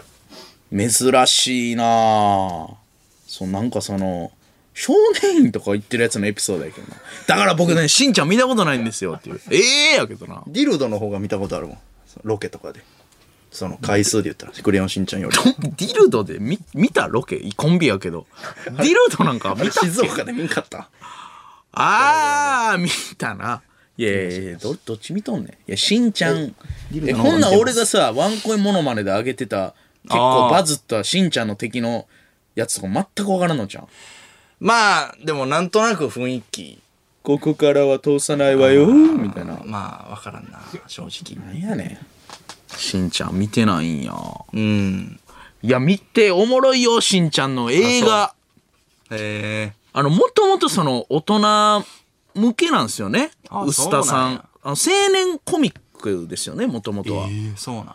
珍しいなぁ。なんかその、少年院とか言ってるやつのエピソードやけどな。だから僕ね、しんちゃん見たことないんですよっていう。やけどな。 ディルドの方が見たことあるもん。ロケとかで。その回数で言ったら、クレヨンしんちゃんより。 ディルドで見たロケコンビやけど。ディルドなんか見たっけ？ 静岡で見んかった。 見たな。いやどっち見とんねん。いや、しんちゃん。ほんな俺がさ、ワンコインモノマネで上げてた、結構バズったしんちゃんの敵のやつとか全くわからんのじゃん。 まあ、でもなんとなく雰囲気。 ここからは通さないわよ、みたいな。 まあ、わからんな、正直。 なんやねん。しんちゃん見てないんや。いや、見て、おもろいよ、しんちゃんの映画。もともとその、大人向けなんですよね。臼田さん。青年コミックですよね、もともとは。 そうなん。 だから、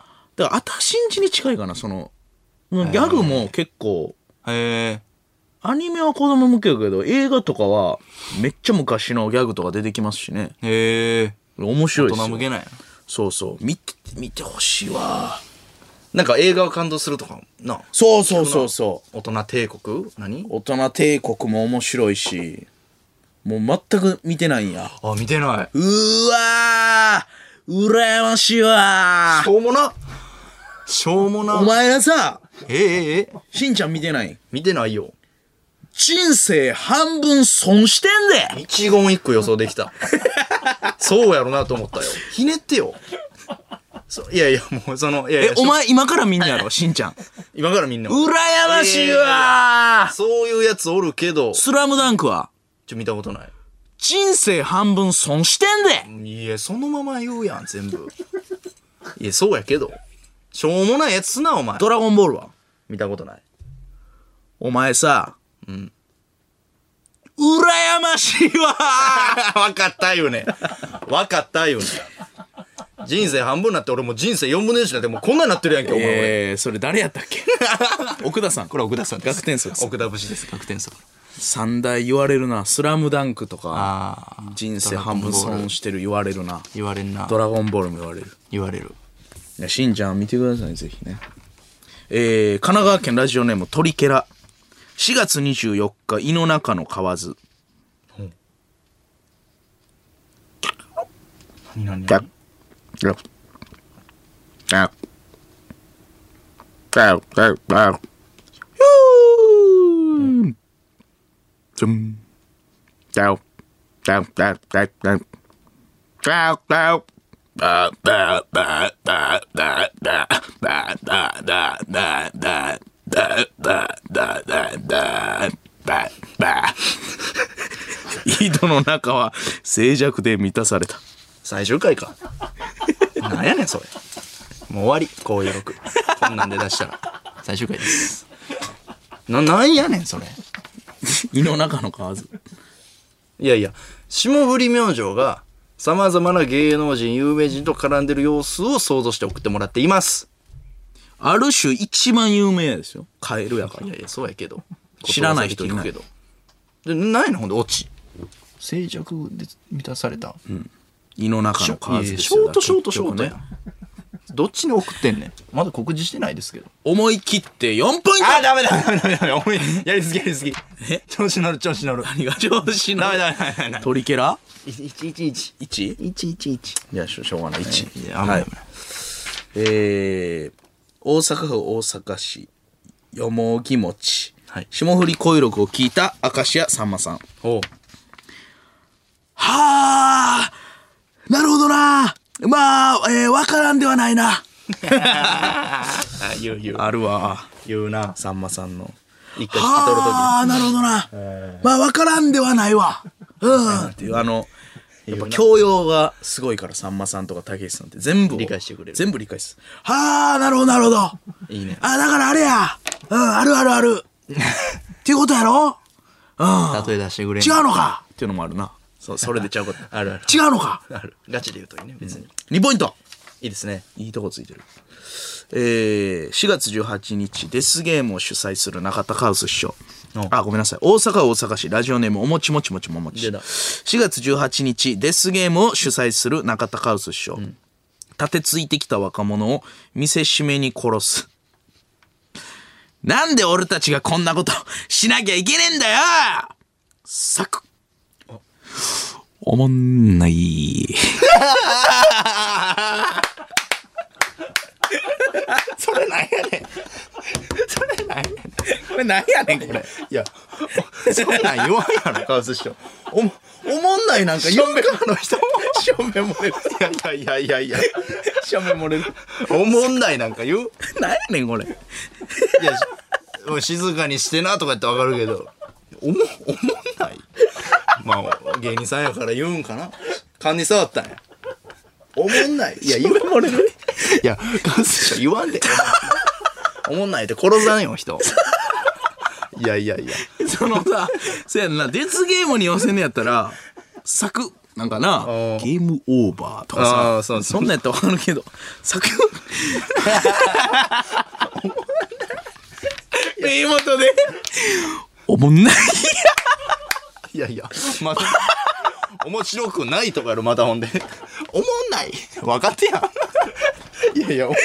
あたしんちに近いかな、ギャグも結構。アニメは子供向けやけど、映画とかは、めっちゃ昔のギャグとか出てきますしね。面白いですよ。 大人向けなんや。 そう。見てほしいわ。 なんか映画を感動するとかな。 そう。 大人帝国何？ 大人帝国も面白いし、もう全く見てないんや。 見てない。 うわー羨ましいわー。 しょうもな。 お前がさ、しんちゃん見てない？ 見てないよ。 人生半分損してんで。 一言一句予想できた。そうやろなと思ったよ。ひねってよ。いや、もうお前今から見んのやろ、しんちゃん。 今から見んの。 羨ましいわー。 そういうやつおるけど。 スラムダンクは見たことない。 人生半分損してんで。 いや、そのまま言うやん、全部。いや、そうやけど。しょうもないやつな、お前。 ドラゴンボールは見たことない。 お前さ、羨ましいわー。わかったよね。人生半分になって俺もう人生4分の1になってもうこんなになってるやんけ、お前。 それ誰やったっけ？奥田さん。 これ奥田さんです。 学天則。 奥田節です。学天則。 三大言われるな。スラムダンクとか、人生半分損してる言われるな。 言われんな。 ドラゴンボールも言われる。いや、しんちゃん見てください、ぜひね。神奈川県ラジオネームトリケラ。4月24日、胃の中の蛙。 何井戸の中は静寂で満たされた。 最終回か。なんやねんそれ。もう終わり。こういう録。こんなんで出したら最終回です。なんやねんそれ。 胃の中の蛙。 いや、霜降り明星が様々な芸能人有名人と絡んでる様子を想像して送ってもらっています。 ある種一番有名ですよ。カエルやから。 いやそうやけど知らない人いないけど。で何やねんほんでオチ。静寂で満たされた。 胃の中の蛙ですよ。 ショートやん。どっちに送ってんねん。まだ告示してないですけど。 思い切って4ポイント。 ダメ。やりすぎ。調子乗る。 何が調子乗る？ ダメ。 トリケラ 111。 いや、しょうがない。1。 はい。 大阪府大阪市よもぎ餅。 はい。 霜降り恋録を聞いた明石家さんまさん。 おう。 はあ、なるほどな。 まあ、わからんではないな。 言う。 あるわ。 言うな。 さんまさんの。 一回聞き取るとき。 ああ、なるほどな。まあ、わからんではないわ。っていう、やっぱ教養がすごいから、さんまさんとかたけしさんって全部理解してくれる。 全部理解する。はあ、なるほど、なるほど。 いいね。 あ、だからあれや。あるあるある。っていうことやろ。 例え出してくれ違うのかっていうのもあるな。それでちゃうこと。 あるある。 違うのか。 ある。ガチで言うといいね、別に。 2ポイント。 いいですね。 いいとこついてる。4月18日、デスゲームを主催する中田カウス師匠。ごめんなさい。大阪市、ラジオネームおもちもちもちももち。 出た。 4月18日、デスゲームを主催する中田カウス師匠。立てついてきた若者を見せしめに殺す。なんで俺たちがこんなことしなきゃいけねえんだよ。作。おもんない。 それなんやねん。それなんやねん。 これなんやねんこれ。 いや、そんなん言わんやろ、カウス師匠。おもんないなんか言うんか、あの人。 正面漏れる。 いや。 正面漏れる。 おもんないなんか言うなんやねんこれ。 いや、もう静かにしてなとか言ってわかるけど、おもんない。まあ、芸人さんやから言うんかな。勘に触ったんや。おもんない。いや、言う漏れる。 いや、カウス師匠言わんで。おもんないって殺さんよ、人。いや。 そのさ、そうやんな、デスゲームに寄せんのやったら、作、なんかな、ゲームオーバーとかさ、そんなんやったらわかるけど、作、目元で、おもんない。 いや、まだ、面白くないとかやろ、またほんで。おもんない。分かってやん。いや、おもんない。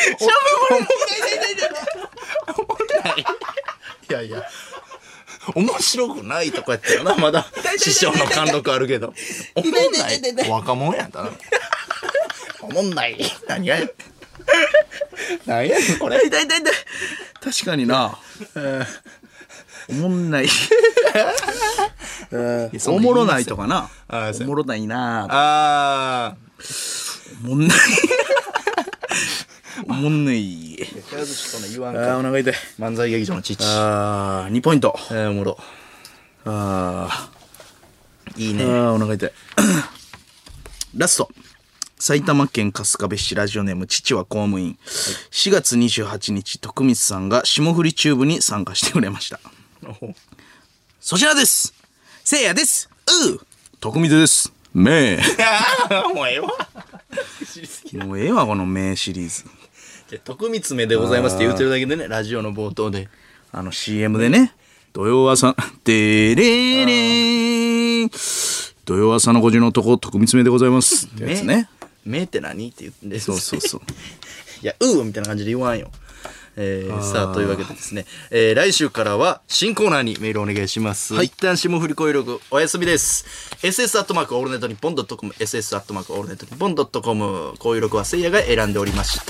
いや、面白くないとかやったらな、まだ師匠の貫禄あるけど。おもんない。若者やったな。おもんない。何がや。何やねん、これ。 痛い。確かにな。おもんない。おもろないとかな。おもろないな。おもんない。おもんない。 言わんか。 お腹痛い。 漫才劇場の父。 2ポイント。 おもろ。いいね。 お腹痛い。ラスト。埼玉県春日部市ラジオネーム父は公務員。4月28日、徳光さんが霜降りチューブに参加してくれました。粗品です。せいやです。徳光です。めもうええわ。 もうええわ、この名シリーズ。 徳光めでございますって言ってるだけでね、ラジオの冒頭で。 CM でね、土曜朝、でれれーん、土曜朝の5時の男、徳光めでございますってやつね。 めって何って言ってんで。 そう。 いや、みたいな感じで言わんよ。さあ、というわけでですね、来週からは新コーナーにメールお願いします。一旦霜降り声力お休みです。ss アットマークオールネットニッポンドットコム ss アットマークオールネットニッポンドットコム声力はせいやが選んでおりました。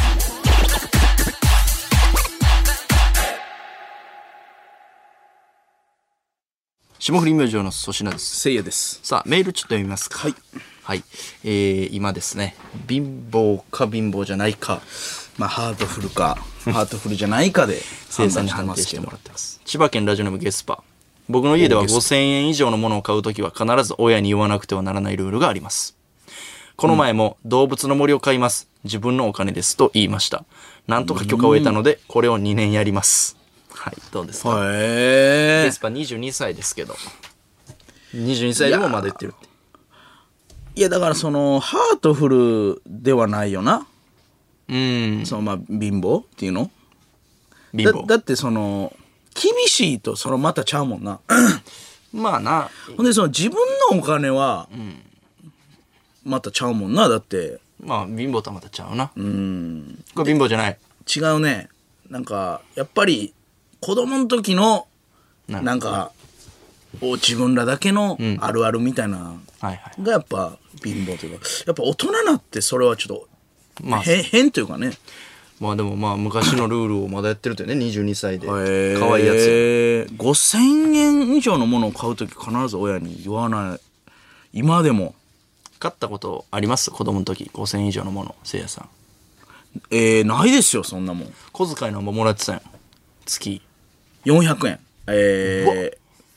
霜降り明星の粗品です。 せいやです。 さあ、メールちょっと読みますか。はい。今ですね、貧乏か貧乏じゃないか。 まあ、ハートフルか、ハートフルじゃないかで、 生産に判定してもらってます。千葉県ラジオネームゲスパ。僕の家では5000円以上のものを買うときは必ず親に言わなくてはならないルールがあります。この前も動物の森を買います。自分のお金ですと言いました。なんとか許可を得たので、これを2年やります。はい、どうですか。ゲスパ22歳ですけど。22歳でもまだ言ってるって。 いや、だからハートフルではないよな。貧乏っていうの貧乏だって厳しいとまたちゃうもんな。 まあな。 ほんで自分のお金はまたちゃうもんな。だってまあ貧乏とはまたちゃうな。これ貧乏じゃない。 違うね。なんかやっぱり子供の時のなんか自分らだけのあるあるみたいながやっぱ貧乏というか、やっぱ大人になってそれはちょっと変というかね。 まあでも昔のルールをまだやってるというね。22歳で可愛いやつ。 5000円以上のものを買うとき必ず親に言わない。今でも買ったことあります子供の時。5000円以上のもの、せいやさん。 ないですよ、そんなもん。 小遣いのももらってたんや。月。 400円。 400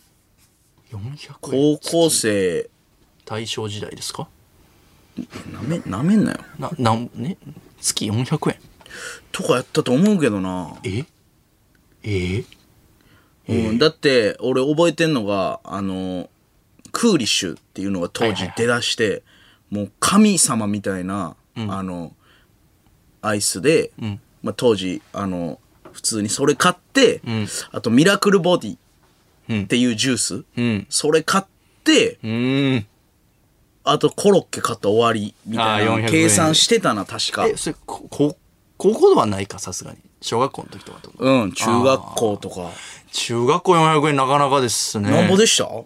円。 高校生、 大正時代ですか？ なめんなよ。 月400円。 とかやったと思うけどな。だって、俺覚えてんのが、クーリッシュっていうのが当時出だして、もう神様みたいな、アイスで、まあ、当時、普通にそれ買って、あとミラクルボディっていうジュース、それ買って、あとコロッケ買った終わりみたいな計算してたな、確か。 それ、高校ではないか、さすがに。小学校の時とかってこと？ 中学校とか。 中学校400円なかなかですね。 なんぼでした？ う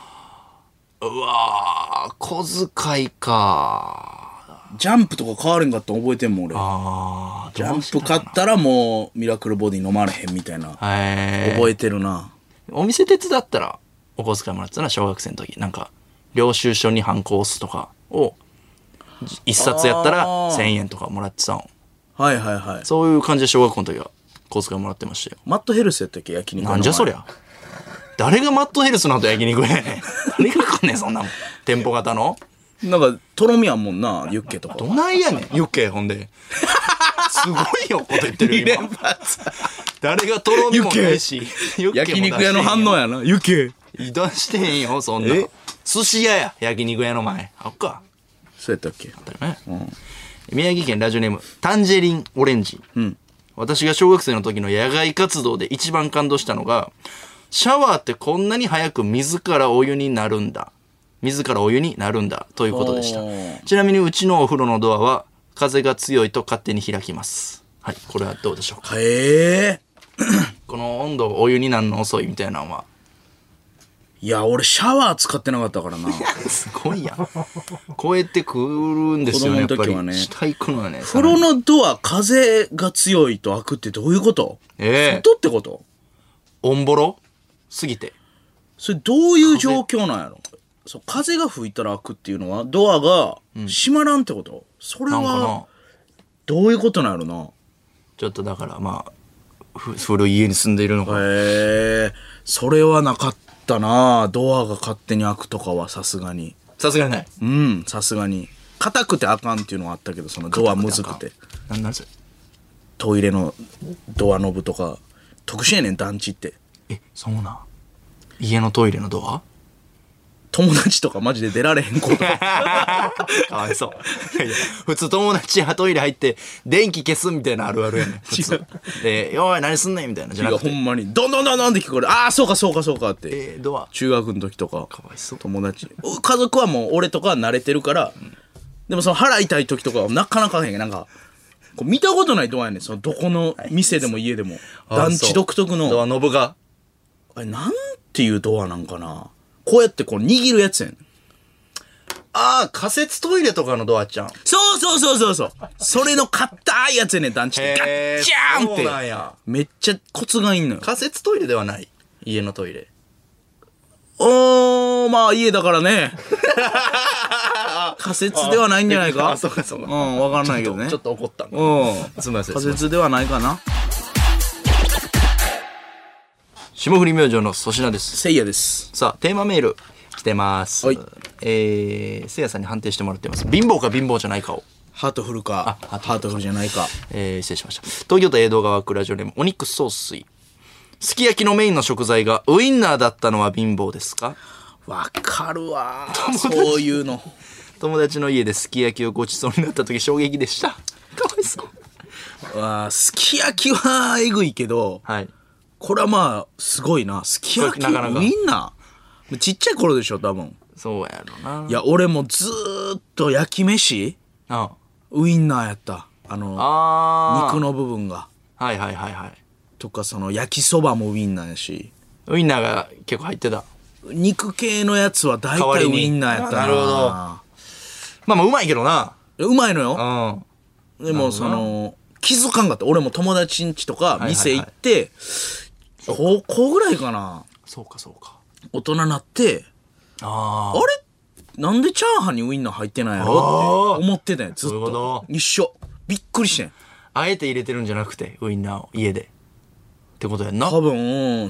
わー、小遣いか。 ジャンプとか買われんかったの覚えてんもん俺。ジャンプ買ったらもうミラクルボディ飲まれへんみたいな。覚えてるな。 お店手伝ったらお小遣いもらってたな、小学生の時。なんか、領収書にハンコ押すとかを、一冊やったら1000円とかもらってたの。 はいはいはい。 そういう感じで小学校の時は小遣いもらってましたよ。 マットヘルスやったっけ、焼肉。 なんじゃそりゃ。誰がマットヘルスの後焼肉やねん。何が来んねん、そんなもん。店舗型の。 なんか、とろみあんもんな、ユッケとか。 どないやねん、ユッケ、ほんで。すごいよ、こと言ってるよ、今。誰がとろみもないし、 焼肉屋の反応やな、ユッケ。 出してへんよ、そんな。寿司屋や、焼肉屋の前。あっか。 そうやったっけ。 当たり前。宮城県ラジオネーム、タンジェリンオレンジ。私が小学生の時の野外活動で一番感動したのが、シャワーってこんなに早く水からお湯になるんだということでした。ちなみにうちのお風呂のドアは風が強いと勝手に開きます。はい、これはどうでしょうか。この温度お湯になるの遅いみたいなのは。 いや、俺シャワー使ってなかったからな。 すごいやん。超えてくるんですよね、やっぱり。子供の時はね。下行くのよね。 風呂のドア、風が強いと開くってどういうこと？外ってこと？ オンボロすぎて。 それどういう状況なんやろ？そう、風が吹いたら開くっていうのはドアが閉まらんってこと？それはどういうことなんやろな。 ちょっとだからまあ古い家に住んでいるのか。 それはなかったな。ドアが勝手に開くとかはさすがに。 さすがにない。 さすがに。硬くてあかんっていうのはあったけど、そのドアむずくて。 なんそれ。 トイレのドアノブとか特殊やねん、団地って。 そうなん。家のトイレのドア？ 友達とかマジで出られへんこと。 かわいそう。いや普通友達がトイレ入って電気消すみたいなあるあるやねん。普通。で、おい何すんねんみたいなじゃなくて。 ほんまに、どんどんどんどんって聞こえる。ああ、そうかそうかそうかって。 ドア。 中学の時とか。 かわいそう。 友達。家族はもう俺とかは慣れてるから、でもその腹痛い時とかはなかなかへん。なんか、こう見たことないドアやねん。そのどこの店でも家でも。団地独特の。 ドアノブが。 あれ、なんていうドアなんかな。こうやってこう握るやつやねん。 仮設トイレとかのドアちゃん。 そう。それの硬いやつやねん、団地で。ガッチャーンって。 そうなんや。 めっちゃコツがいいのよ。 仮設トイレではない。家のトイレ。 まあ家だからね。仮設ではないんじゃないか。 そうか。 わかんないけどね。 ちょっと怒った。すみません。 仮設ではないかな。 霜降り明星の粗品です。 せいやです。 さあ、テーマメール来てます。 はい。 せいやさんに判定してもらってます。貧乏か貧乏じゃないかを。 ハートフルか。ハートフルじゃないか。 失礼しました。東京都江戸川区ラジオネームお肉総帥。すき焼きのメインの食材がウインナーだったのは貧乏ですか？ わかるわ。そういうの。 友達の家ですき焼きをごちそうになった時衝撃でした。かわいそう。 すき焼きはえぐいけど、 はい。 これはまあ、すごいな。すき焼きなかなかウインナーちっちゃい頃でしょ、多分。 そうやろな。 いや、俺もずーっと焼き飯ウインナーやった。肉の部分が。 はい。 とか、その焼きそばもウインナーやし。 ウインナーが結構入ってた。 肉系のやつは大体ウインナーやったな。 なるほど。まあうまいけどな。 うまいのよ。でもその、気づかんかった。俺も友達ん家とか店行って、高校ぐらいかな。 そうか。 大人なって、あれなんでチャーハンにウインナー入ってないやろって思ってたんや、ずっそういうことと。一緒。びっくりしてん。 あえて入れてるんじゃなくて、ウインナーを家で。ってことやんな。 多分、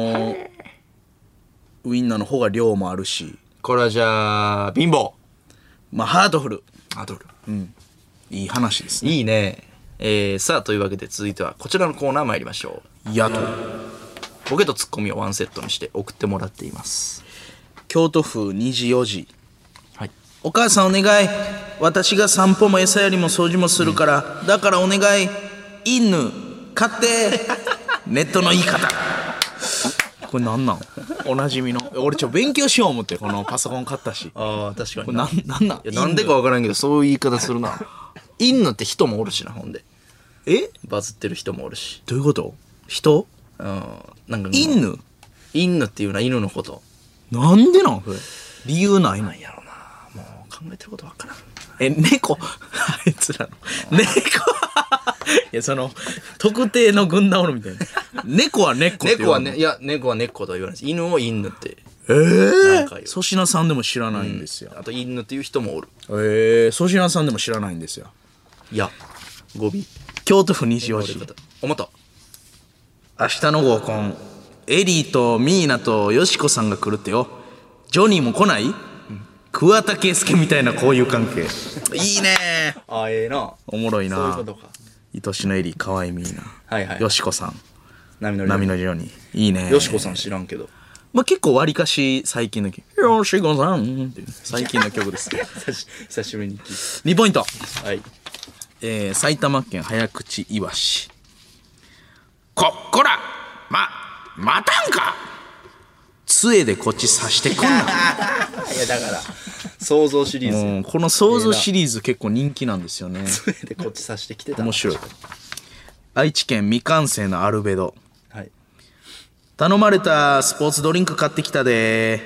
ウインナーの方が量もあるし。 これはじゃあ、貧乏。 まあ、ハートフル。 あ、どれいい話ですね。 いいね。さあ、というわけで続いてはこちらのコーナー参りましょやと。 う。ボケとツッコミをワンセットにして送ってもらっています。 京都府2時4時。 はい。 お母さんお願い。私が散歩も餌やりも掃除もするから、だからお願い。犬、買って。ネットの言い方。これなんなんおなじみの。俺勉強しよう思って、このパソコン買ったし。 ああ、確かにこれなんなんいやなんでかわからんけど、そういう言い方するな。犬って人もおるしな、ほんで。 えバズってる人もおるし。 どういうこと人なんか犬犬っていうのは犬のこと。 なんでなんそれ理由ないのなんやろな。もう考えてることわからん。 猫あいつらの。猫いや、特定の軍団おるみたいな。猫は猫って言われる。 猫はね、いや、猫は猫とは言わないです。犬を犬って。 なんか言う粗品さんでも知らないんですよ。 あと犬っていう人もおる。 粗品さんでも知らないんですよ。 いや、語尾。 京都府西尾市。 おまた。 明日の合コン、エリーとミーナとヨシコさんが来るってよ。ジョニーも来ない？桑田佳祐みたいな交友関係。いいね。 あ、ええな。 おもろいな。 そういうことか。 愛しのエリー、可愛いミーナ。 はいはい。 ヨシコさん。 波の波のジョニー。いいね。 よしこさん知らんけど。 まあ、結構わりかし最近の曲。よしこさんっていう最近の曲です。 久しぶりに聞い 2ポイント。 た。はい。 埼玉県早口いわし。こら待たんか杖でこっち刺してくんな。 いや、だから、想像シリーズ。 この想像シリーズ結構人気なんですよね。 杖でこっち刺してきてた。 面白い。愛知県未完成のアルベド。 はい。 頼まれたスポーツドリンク買ってきたで。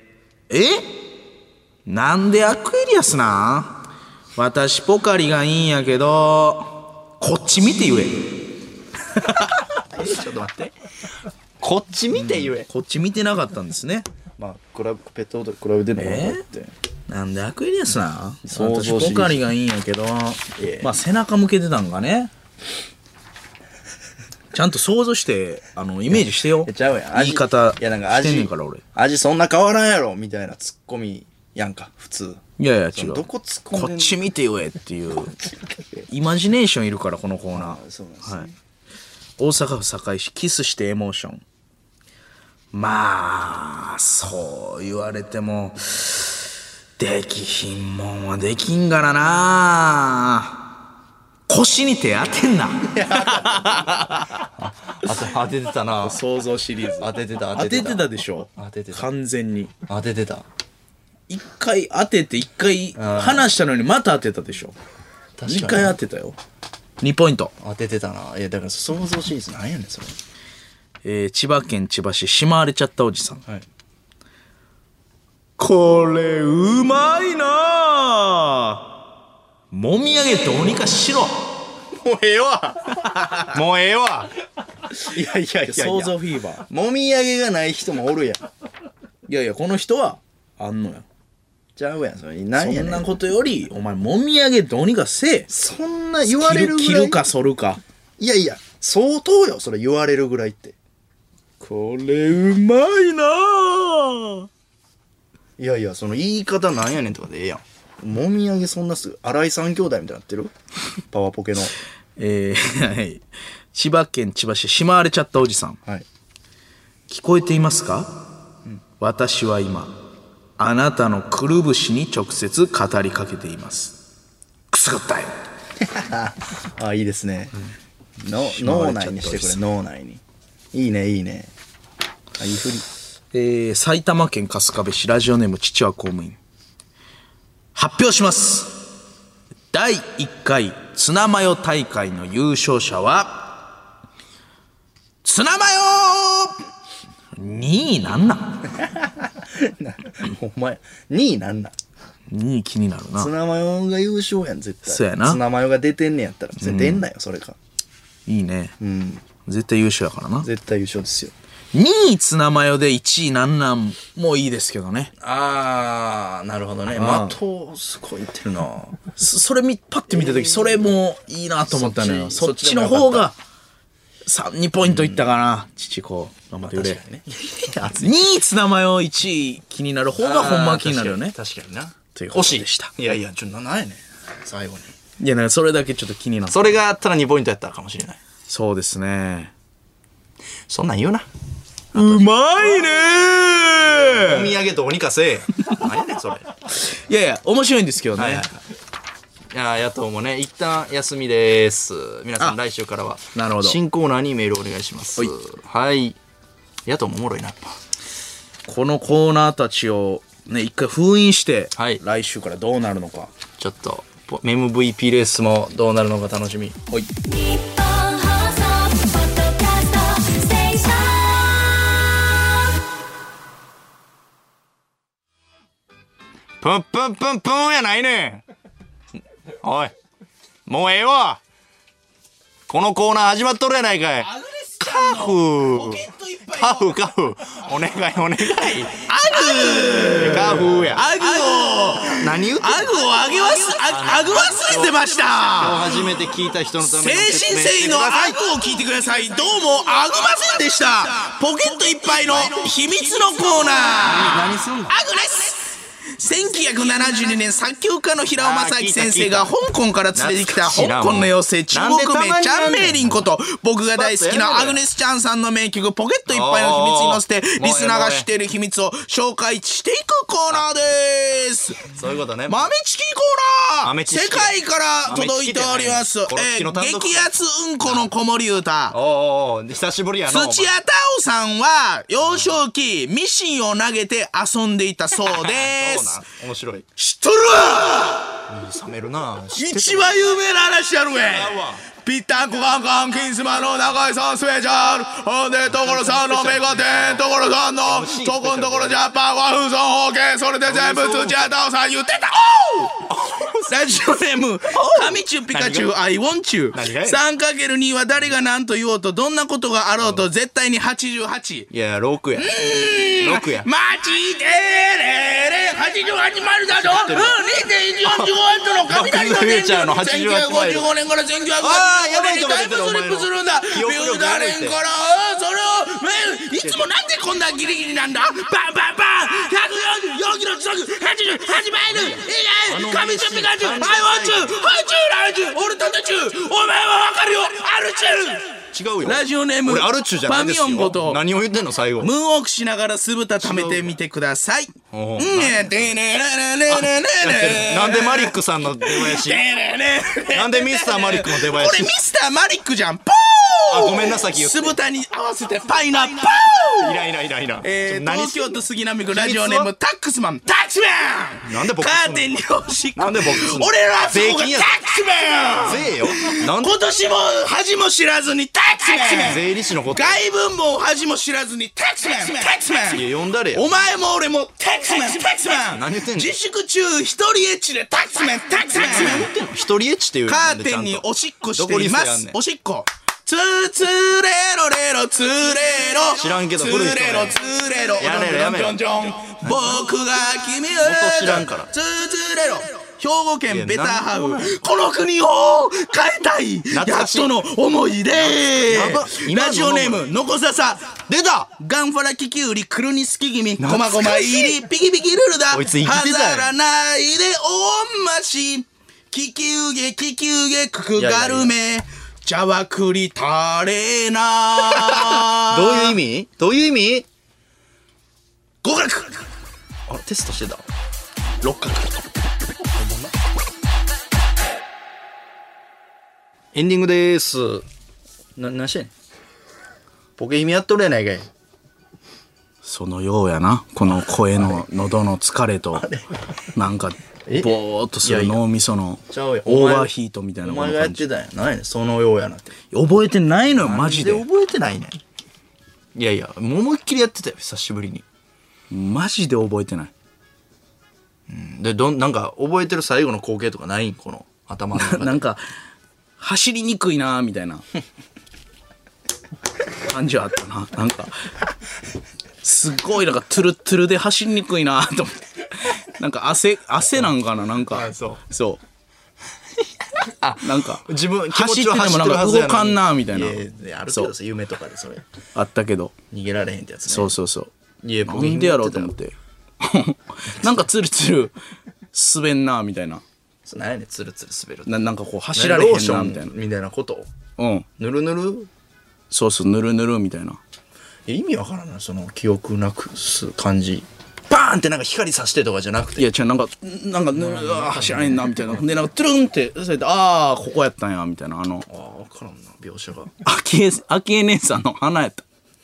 なんでアクエリアスなん私ポカリがいいんやけど、こっち見て言え。 ちょっと待って。こっち見て言え。 こっち見てなかったんですね。 まあ、ペットボトル比べてんのかなって。 なんでアクエリアスなん想像シリーズ私ポカリがいいんやけど、まあ背中向けてたんかね。ちゃんと想像してイメージしてよ。 ちゃうやん。 言い方いや、なんかしてんねんから俺。 味そんな変わらんやろみたいなツッコミやんか、普通。 いやいや違う。 どこ突っ込んでんのこっち見て言えっていうイマジネーションいるからこのコーナー。 そうなんですね。 大阪府堺市キスしてエモーション。まあそう言われてもできひんもんはできんからな。腰に手当てんな。 当ててたな。 想像シリーズ当ててた。 当ててたでしょ。 当ててた。 完全に当ててた。 一回当てて一回話したのにまた当てたでしょ。2 確かに回当てたよ。2ポイント。 当ててたな。いや、だから想像シリーズなんやねん、それ。 千葉県千葉市しまわれちゃったおじさん。 はい。 これうまいなあ。もみあげどうにかしろ。 もうええわ。もうええわ。いやいやいや想像フィーバー。 もみあげがない人もおるやん。 いやいやこの人はあんのよ。 ちゃうやん、それ。なんやねん。 そんなことよりお前もみあげどうにかせえ。 そんな言われるぐらい。 切るか剃るか。 いやいや、相当よ、それ言われるぐらいって。 これうまいなあ。 いやいや、その言い方なんやねんとかでええやん。もみあげそんなすぐ、新井三兄弟みたいになってるパワポケの。 はい。千葉県千葉市しまわれちゃったおじさん。 はい。 聞こえていますか、私は今あなたのくるぶしに直接語りかけています。くすぐったい。 あ、いいですね。脳内にしてくれ、脳内に。いいね、いいね。あ、いいふり。 埼玉県春日部市ラジオネーム父は公務員。発表します。第1回ツナマヨ大会の優勝者はツナマヨ2位なんなんお前、2位なんなん 2位気になるな。 ツナマヨが優勝やん、絶対。 そうやなツナマヨが出てんねやったら。出んなよ、それか。 いいね。 うん。 絶対優勝やからな。 絶対優勝ですよ。 2位ツナマヨで1位なんなんもいいですけどね。 あー、なるほどね。的すごいいってるな。 それパッて見た時それもいいなと思ったのよ。そっちのそっちでもよか方が2ポイントいったかな。父子頑張ってくれ。2位ツナマヨ1位気になる方がほんま気になるよね。 確かにな。 ということでした。 いやいや、なんやねん。最後に。 いや、なんかそれだけちょっと気になった。 それがあったら2ポイントやったかもしれない。 そうですね。 そんなん言うな。 うまいねお土産とお肉せえ。何やねん、それ。 いやいや、面白いんですけどね。 はいはい。いや、野党もね、一旦休みです。皆さん来週からは、 なるほど。 新コーナーにメールお願いします。はい。野党もおもろいな、やっぱ。 このコーナーたちをね、一回封印して、 はい、 来週からどうなるのか。 ちょっと、MVP レースもどうなるのか楽しみ。はい。プンプンプンプンやないねん。おい、もうええわ。このコーナー始まっとるやないかい。カフお願いお願い。カフや。何言ってんの。 アグ忘れてました。 今日初めて聞いた人のために精神誠意のアグを聞いてください。どうもアグませんでした。ポケットいっぱいの秘密のコーナー。 何すんの。 アグです。1972年作曲家の平尾正明先生が香港から連れてきた香港の妖精中国名チャンメイリンこと僕が大好きなアグネス・チャンさんの名曲ポケットいっぱいの秘密に乗せてリスナーが知っている秘密を紹介していくコーナーです。 そういうことね。 豆知識コーナー世界から届いております。激アツうんこの子守歌。 お久しぶりやな。 土屋太鳳さんは幼少期ミシンを投げて遊んでいたそうです。 面白い。 知っとるわ。 冷めるな。 一番有名な話やるわ。ピッタンコカンカン金スマの中井さんスペシャル。ほんで所さんのメガテン所さんのそこんところジャパンは風損方形。それで全部土屋太鳳さん言ってた。ラジオネーム神チュピカチュ I want you。 3×2 は誰が何と言おうとどんなことがあろうと絶対に88。 いや6や6や。 マジでれれ88マイルだぞ。2.145 の雷の電流。1955年から1955年にタイムスリップするんだ。ビューダレンからそれをいつもなんでこんなギリギリなんだ。バンバンバン144キロ時速88マイル。いいね神チュピカチュ I want you 俺とてちゅお前はわかるよアルチュ。 違うよ。 ラジオネーム俺アルチュじゃないですよ。 パミオンこと。 何を言ってんの最後。 ムーンウォークしながら酢豚食べてみてください。なんでマリックさんの出囃子。なんでミスターマリックの出囃子。 俺ミスターマリックじゃん。ポー。ごめんなさい。 酢豚に合わせてパイナップル。 いら。 東京都杉並区ラジオネームタックスマン。タックスマン。 なんで僕。 カーテンにおしっこ。 なんで僕。 俺らはそこがタックスマン。 税よ。 今年も恥も知らずにタックスマン。 税理士のこと。 外文も恥も知らずにタックスマン。タックスマン。 いや呼んだれよ。 お前も俺もタックスマン。タックスマン。 何言ってんの。 自粛中一人エッチでタックスマン。タックスマン。 一人エッチっていう。 カーテンにおしっこしています。おしっこ。ツーツーレロレロツーレロ。 知らんけどツーレロツーレロ。 やめろやめろ。 僕が君を知らんから。 ツーツーレロ。兵庫県ベターハウ。この国を変えたい。やっとの思いで。ラジオネームのこささ。 出た。 ガンファラキキウリクルニスキ気味。こまごま入りピキピキルルだ。飾らないでおんまし。キキウゲククガルメ。茶は栗タレな。 どういう意味。 合格。 あ、テストしてた。 6角。 エンディングでーす。何してんねん。ポケヒミやっとるやないかい。 そのようやな。この声の喉の疲れとなんかぼーっとする脳みそのオーバーヒートみたいな。 お前がやってたんや。何やねんそのようやなって。 覚えてないのよマジで。 覚えてないねん。いや思いっきりやってたよ久しぶりに。 マジで覚えてない。 でなんか覚えてる最後の光景とかないんこの頭の中で。 なんか走りにくいなみたいな感じはあったな。なんかすごいなんかトゥルトゥルで走りにくいなと思ってなんか汗なんかななんかそうなんか自分走っててもなんか動かんなみたいな。 いやあるけどさ夢とかでそれあったけど逃げられへんってやつね。 そういやなんでやろうと思ってなんかツルツル滑んなみたいな。 何やねんツルツル滑るなんかこう走られへんローショなみたいな。 ンみたいなことうんぬるぬるそうぬるぬるみたいな。 意味わからないその記憶なくす感じ。バーンってなんか光さしてとかじゃなくていや違うなんか走られへんなみたいな。でなんかトゥルンってそれでああここやったんやみたいな分からんな描写が昭恵姉さんの花やった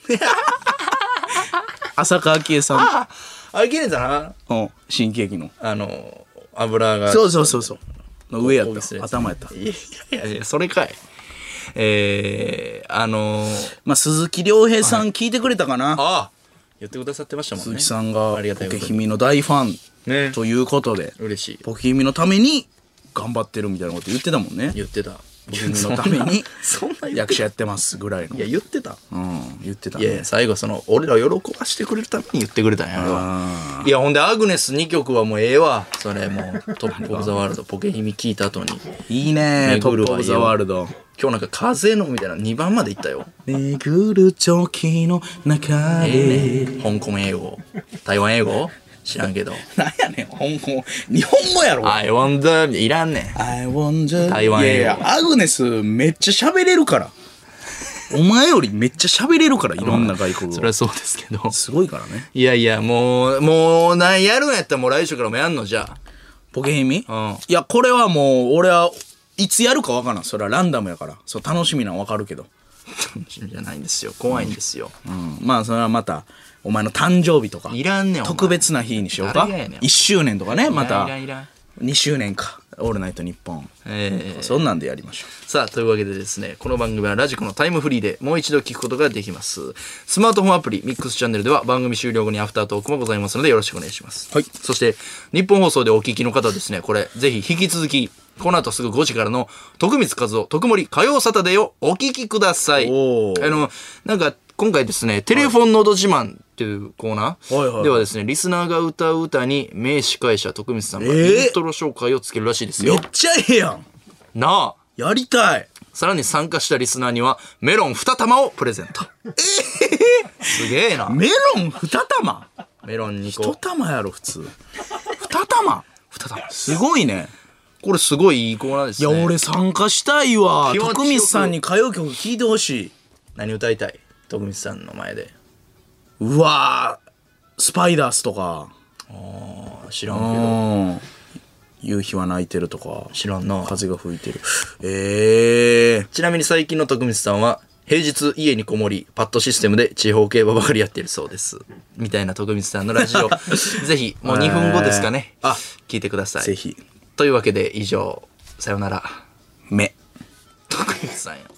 浅香昭恵さんあれきれいだな新喜劇の油がそうの上やった頭やった。 いやそれかいまあ鈴木亮平さん聞いてくれたかな。 あ言ってくださってましたもんね。 鈴木さんがありがたいポケヒミの大ファンねということで嬉しいポケヒミのために頑張ってるみたいなこと言ってたもんね。 言ってたポケヒミのためにそんな役者やってますぐらいの。 いや言ってた言ってたいや最後俺らを喜ばしてくれるために言ってくれたんやろ。いやほんでアグネス2曲はもうええわそれもうトップオブザワールドポケヒミ聞いた後にいいねトップオブザワールド。 今日なんか風のみたいな2番まで行ったよ。 巡る時の中で香港英語台湾英語知らんけどなんやねん香港日本語やろ。 I wonder いらんねん I wonder 台湾英語いやアグネスめっちゃ喋れるからお前よりめっちゃ喋れるからいろんな外国語それはそうですけどすごいからね。 いやもうやるんやったらもう来週からもやんのじゃポケヒミあいやこれはもう俺はいつやるかわからん。それはランダムやからそう楽しみなんわかるけどじゃないんですよ怖いんですよ、 まあそれはまたお前の誕生日とかいらんねんお前特別な日にしようか。 誰がやねん 1周年とかねまたいらん 2周年かオールナイトニッポンえーそんなんでやりましょさあというわけでですねこの番組はラジコのタイムフリーでもう一度聞くことができます。スマートフォンアプリミックスチャンネルでは番組終了後にアフタートークもございますのでよろしくお願いします。 はいそして日本放送でお聞きの方ですねこれぜひ引き続きこの後すぐ5時からの徳光和夫徳森火曜サタデーをお聞きください。 おーなんか今回ですねテレフォンのど自慢っていうコーナーではですねリスナーが歌う歌に名司会者徳光さんがイントロ紹介をつけるらしいですよ。 めっちゃええやんなあやりたい。 さらに参加したリスナーにはメロン2玉をプレゼント。すげえな。 メロン2玉メロン2 1 個。 玉やろ普通2玉 2玉。 すごいね。 これすごいいいコーナーですね。 いや俺参加したいわ。 気持ちよく徳光さんに歌謡曲聴いてほしい。 何歌いたい徳光さんの前で。 うわースパイダースとか知らんけど。 夕日は泣いてるとか知らんな。 風が吹いてるちなみに最近の徳光さんは平日家にこもりパッドシステムで地方競馬ばかりやってるそうです。みたいな徳光さんのラジオぜひもう2分後ですかね。聞いてください。 ぜひ。 というわけで以上さよなら。 目徳光さんや。